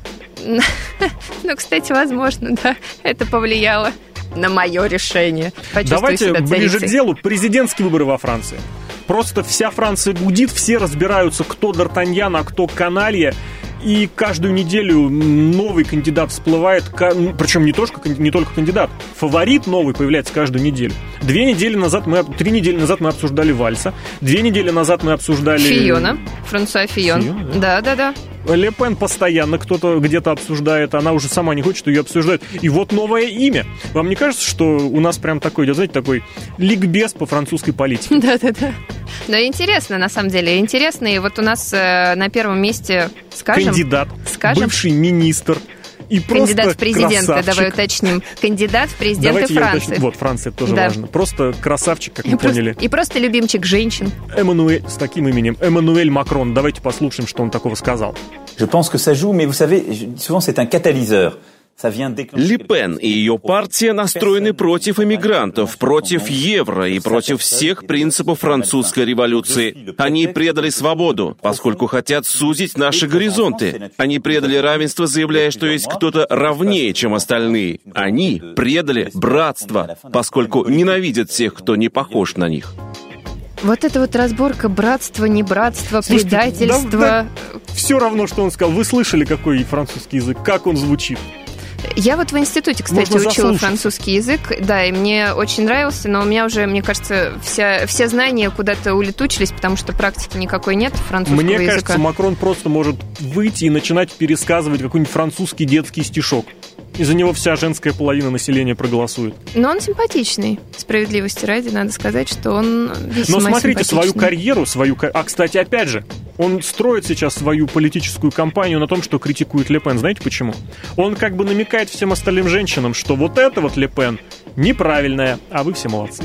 Ну, кстати, возможно, да, это повлияло на мое решение. Почувствую Давайте себя ближе царицей. к делу. Президентские выборы во Франции. Просто вся Франция гудит, все разбираются, кто Д'Артаньян, а кто каналья. и каждую неделю новый кандидат всплывает, причем не только, не только кандидат, фаворит новый появляется каждую неделю. Две недели назад мы, три недели назад мы обсуждали Вальса, две недели назад мы обсуждали... Фийона, Франсуа Фийон. Фийон, да, да, да. Ле Пен постоянно кто-то где-то обсуждает, она уже сама не хочет, что ее обсуждают. И вот новое имя. Вам не кажется, что у нас прям такой идет, знаете, такой ликбез по французской политике? Да-да-да. Но интересно, на самом деле, интересно. И вот у нас э, на первом месте, скажем... Кандидат, скажем, бывший министр. И кандидат в президенты, красавчик. Давай уточним. Кандидат в президенты Давайте Франции. Вот, Франция тоже да. важно. Просто красавчик, как и мы просто, поняли. И просто любимчик женщин. Эммануэль, с таким именем. Эммануэль Макрон. Давайте послушаем, что он такого сказал. Je pense que ça joue, mais vous savez, souvent c'est un catalyseur. Ле Пен и ее партия настроены против иммигрантов, против евро и против всех принципов французской революции. Они предали свободу, поскольку хотят сузить наши горизонты. Они предали равенство, заявляя, что есть кто-то равнее, чем остальные. Они предали братство, поскольку ненавидят тех, кто не похож на них. Вот это вот разборка братства, не братства, Слушайте, предательства. Да, да, все равно, что он сказал. Вы слышали, какой французский язык, как он звучит? Я вот в институте, кстати, Можно учила заслушать. французский язык, да, и мне очень нравился, но у меня уже, мне кажется, вся, все знания куда-то улетучились, потому что практики никакой нет французского Мне языка. кажется, Макрон просто может выйти и начинать пересказывать какой-нибудь французский детский стишок. Из-за него вся женская половина населения проголосует. Но он симпатичный. Справедливости ради, надо сказать, что он весьма Но смотрите, свою симпатичный. карьеру, свою... А, кстати, опять же, он строит сейчас свою политическую кампанию на том, что критикует Ле Пен. Знаете почему? Он как бы намекает всем остальным женщинам, что вот это вот Ле Пен неправильная, а вы все молодцы.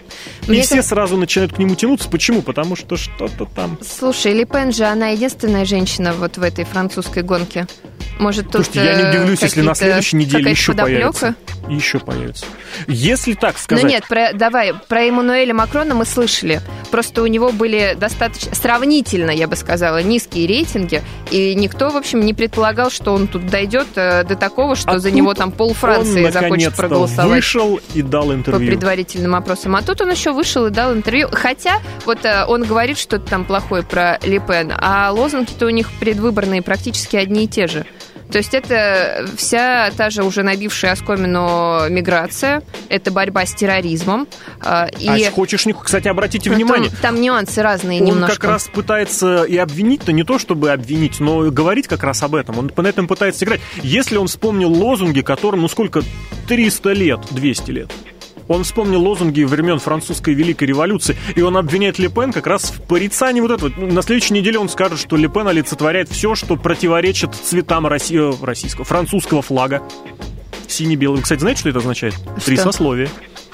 Мне и все как... сразу начинают к нему тянуться. Почему? Потому что что-то там... Слушай, Ле Пен же, она единственная женщина вот в этой французской гонке. Может, тут Слушайте, я не удивлюсь, если на следующей неделе еще подоплека? появится. Еще появится. Если так сказать... Ну нет, про, давай, про Эммануэля Макрона мы слышали. Просто у него были достаточно, сравнительно, я бы сказала, низкие рейтинги. И никто, в общем, не предполагал, что он тут дойдет до такого, что а за него там пол Франции он, захочет проголосовать. Вышел и дал интервью. По предварительным опросам. А тут он еще вышел и дал интервью. Хотя вот он говорит что-то там плохое про Ле Пен, а лозунги-то у них предвыборные практически одни и те же. То есть это вся та же уже набившая оскомину миграция, это борьба с терроризмом. И... А хочешь, кстати, обратите внимание. Там, там нюансы разные он немножко. Он как раз пытается и обвинить-то не то, чтобы обвинить, но говорить как раз об этом. Он на этом пытается играть. Если он вспомнил лозунги, которым, ну сколько, триста лет, двести лет. Он вспомнил лозунги времен французской Великой революции, и он обвиняет Ле Пен как раз в порицании вот этого. На следующей неделе он скажет, что Ле Пен олицетворяет все, что противоречит цветам России, российского, французского флага. Синий-белый. Вы, кстати, знаете, что это означает? Что? Три сословия.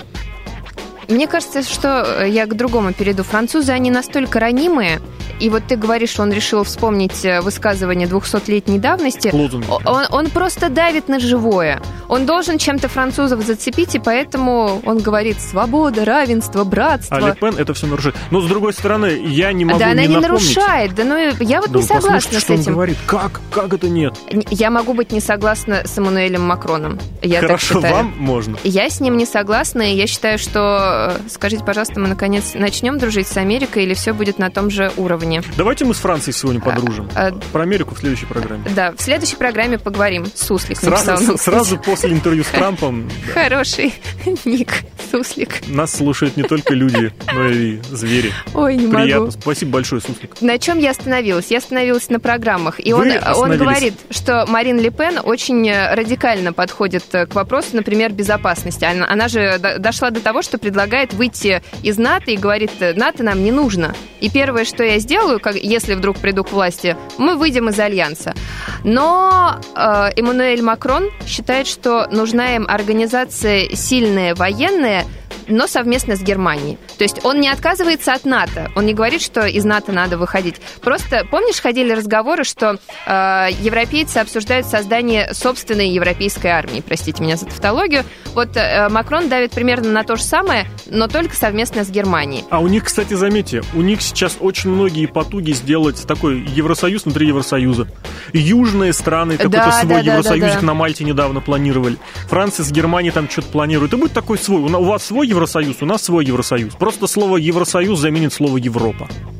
Мне кажется, что я к другому перейду. Французы, они настолько ранимые, и вот ты говоришь, что он решил вспомнить высказывание двухсотлетней давности. Лозунги. Он, он просто давит на живое. Он должен чем-то французов зацепить, и поэтому он говорит свобода, равенство, братство. А Ле Пен это все нарушает. Но, с другой стороны, я не могу да, не она не напомнить. нарушает. Да, ну, я вот да не согласна послушайте, с что этим. Он говорит. Как? Как это нет? Я могу быть не согласна с Эммануэлем Макроном. Я Хорошо, так считаю. вам можно. Я с ним не согласна, и я считаю, что... Скажите, пожалуйста, мы, наконец, начнем дружить с Америкой, или все будет на том же уровне? Давайте мы с Францией сегодня подружим. А, а... Про Америку в следующей программе. Да, в следующей программе поговорим. Суслик сразу, написал. Сразу после интервью с Трампом. Хороший ник, Суслик. Нас слушают не только люди, но и звери. Ой, не Приятно. могу. Спасибо большое, Суслик. На чем я остановилась? Я остановилась на программах. И он, он говорит, что Марин Ле Пен очень радикально подходит к вопросу, например, безопасности. Она, она же дошла до того, что предлагает выйти из НАТО и говорит, НАТО нам не нужно. И первое, что я сделаю, как, если вдруг приду к власти, мы выйдем из Альянса. Но э, Эммануэль Макрон считает, что нужна им организация сильная, военная, но совместно с Германией. То есть он не отказывается от НАТО. Он не говорит, что из НАТО надо выходить. Просто, помнишь, ходили разговоры, что э, европейцы обсуждают создание собственной европейской армии. Простите меня за тавтологию. Вот э, Макрон давит примерно на то же самое, но только совместно с Германией. А у них, кстати, заметьте, у них сейчас очень многие потуги сделать такой Евросоюз внутри Евросоюза. Южные страны, какой-то да, свой да, да, Евросоюзик да, да. на Мальте недавно планировали. Франция с Германией там что-то планирует. И будет такой свой. У вас свой Евросоюз, у нас свой Евросоюз. Просто слово Евросоюз заменит слово Европа.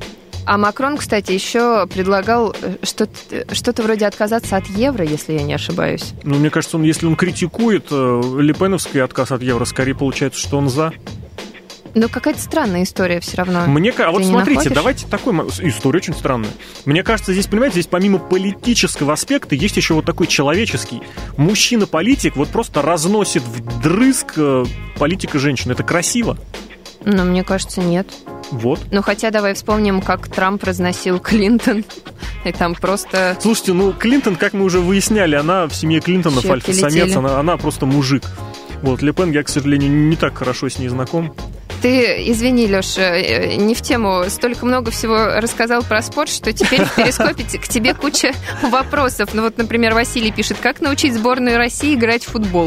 А Макрон, кстати, еще предлагал что-то, что-то вроде отказаться от евро, если я не ошибаюсь. Ну, мне кажется, он, если он критикует лепеновский отказ от евро, скорее получается, что он за. Ну, какая-то странная история все равно. Мне кажется, вот смотрите, находишь? давайте такой... История очень странная. Мне кажется, здесь, понимаете, здесь помимо политического аспекта есть еще вот такой человеческий. Мужчина-политик вот просто разносит вдрызг политика женщин. Это красиво? Ну, мне кажется, нет. Вот. Ну, хотя давай вспомним, как Трамп разносил Клинтон. И там просто... Слушайте, ну, Клинтон, как мы уже выясняли, она в семье Клинтонов альфа-самец, она, она просто мужик. Вот, Ле Пен, я, к сожалению, не так хорошо с ней знаком. Ты, извини, Леша, не в тему. Столько много всего рассказал про спорт, что теперь в Перископе к тебе куча вопросов. Ну вот, например, Василий пишет, как научить сборную России играть в футбол?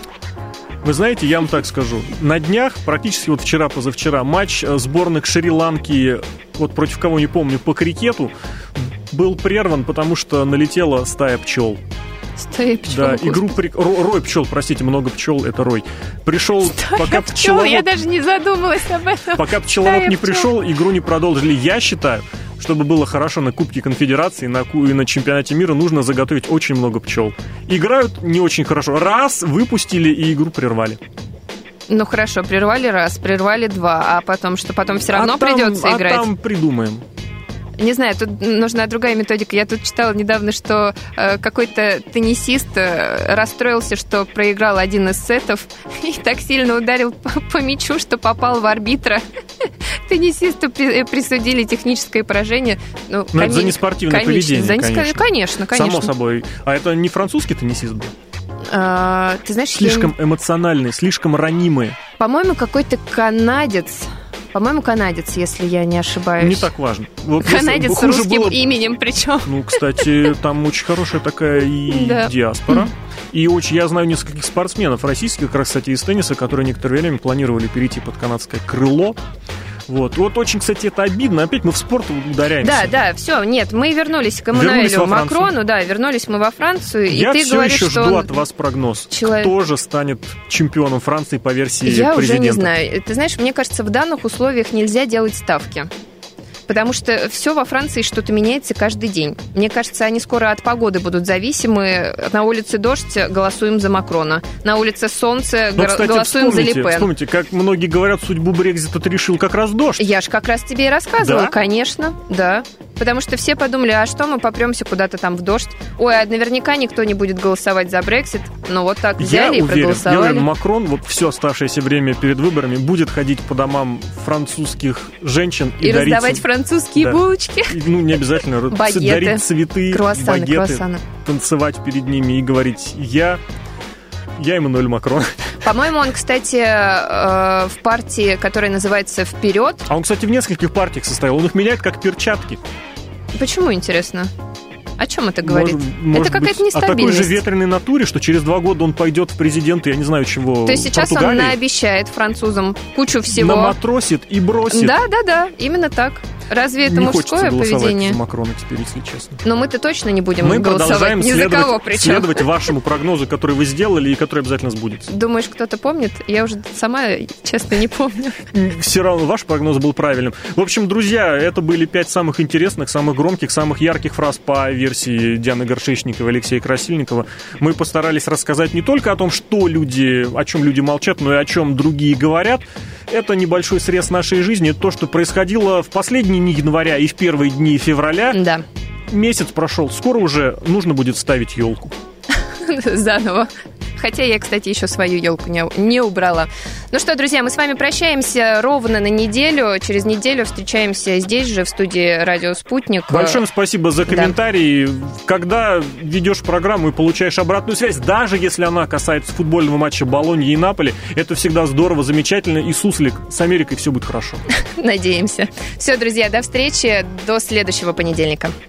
Вы знаете, я вам так скажу. На днях, практически вот вчера-позавчера, матч сборных Шри-Ланки, вот против кого не помню, по крикету, был прерван, потому что налетела стая пчел. Стая пчел. Да, игру при... рой пчел, простите, много пчел, это рой. Пришел, Стая пока пчел, пчеловод... я даже не задумалась об этом. Пока пчеловод Стая не пчел. пришел, игру не продолжили. Я считаю, чтобы было хорошо на Кубке Конфедерации на, и на Чемпионате мира, нужно заготовить очень много пчел. Играют не очень хорошо. Раз, выпустили и игру прервали. Ну хорошо, прервали раз, прервали два, а потом что? Потом все равно а там, придется а играть? там придумаем. Не знаю, тут нужна другая методика. Я тут читала недавно, что э, какой-то теннисист э, расстроился, что проиграл один из сетов и так сильно ударил по, по мячу, что попал в арбитра. Теннисисту при, присудили техническое поражение. Ну, Но коми... это за неспортивное конечно, поведение, за несп... конечно. Конечно, конечно. Само собой. А это не французский теннисист был? А, ты знаешь, слишком я... эмоциональный, слишком ранимый. По-моему, какой-то канадец... По-моему, канадец, если я не ошибаюсь. Не так важно. Вот канадец с русским было... именем причем. Ну, кстати, там очень хорошая такая и да. диаспора. И очень, я знаю нескольких спортсменов российских, как раз, кстати, из тенниса, которые некоторое время планировали перейти под канадское крыло. Вот. Вот очень, кстати, это обидно. Опять мы в спорт ударяемся. Да, да, все, нет, мы вернулись к Эммануэлю Макрону, да, вернулись мы во Францию. Я и ты все говоришь, еще что жду он... от вас прогноз. Человек... Кто же станет чемпионом Франции по версии Я президента? Я уже не знаю. Ты знаешь, мне кажется, в данных условиях нельзя делать ставки. Потому что все во Франции что-то меняется каждый день. Мне кажется, они скоро от погоды будут зависимы. На улице дождь, голосуем за Макрона. На улице солнце, Но, кстати, голосуем за Ле Пен. Вспомните, как многие говорят, судьбу Брексита решил как раз дождь. Я же как раз тебе и рассказывала, да? Конечно, да. Потому что все подумали, а что, мы попремся куда-то там в дождь. Ой, а наверняка никто не будет голосовать за Брексит. Но вот так взяли я и уверен, проголосовали. Я уверен, Макрон вот все оставшееся время перед выборами будет ходить по домам французских женщин и, и дарить... раздавать французские да. булочки. И, ну, не обязательно. Багеты. Дарить цветы, круассаны, багеты, круассаны. танцевать перед ними и говорить «я...» Я Эммануэль Макрон. По-моему, он, кстати, в партии, которая называется «Вперед». А он, кстати, в нескольких партиях состоял. Он их меняет как перчатки. Почему, интересно? О чем это говорит? Может, может это какая-то быть, нестабильность. О такой же ветреной натуре, что через два года он пойдет в президенты, я не знаю чего, То есть сейчас Португалии. Он наобещает французам кучу всего. Наматросит и бросит. Да, да, да, именно так. Разве это не мужское поведение? За Макрона теперь, если честно. Но мы-то точно не будем мы голосовать ни за кого причем. следовать вашему прогнозу, который вы сделали и который обязательно сбудется. Думаешь, кто-то помнит? Я уже сама, честно, не помню. Все равно ваш прогноз был правильным. В общем, друзья, это были пять самых интересных, самых громких, самых ярких фраз по версии Дианы Горшечниковой и Алексея Красильникова. Мы постарались рассказать не только о том, что люди, о чем люди молчат, но и о чем другие говорят. Это небольшой срез нашей жизни, то, что происходило в последние дни января и в первые дни февраля. Да. Месяц прошел, скоро уже нужно будет ставить елку. Заново. Хотя я, кстати, еще свою елку не, не убрала. Ну что, друзья, мы с вами прощаемся ровно на неделю. Через неделю встречаемся здесь же, в студии «Радио Спутник». Большое спасибо за комментарии. Да. Когда ведешь программу и получаешь обратную связь, даже если она касается футбольного матча Болоньи и Наполи, это всегда здорово, замечательно. И суслик с Америкой, все будет хорошо. Надеемся. Все, друзья, до встречи. До следующего понедельника.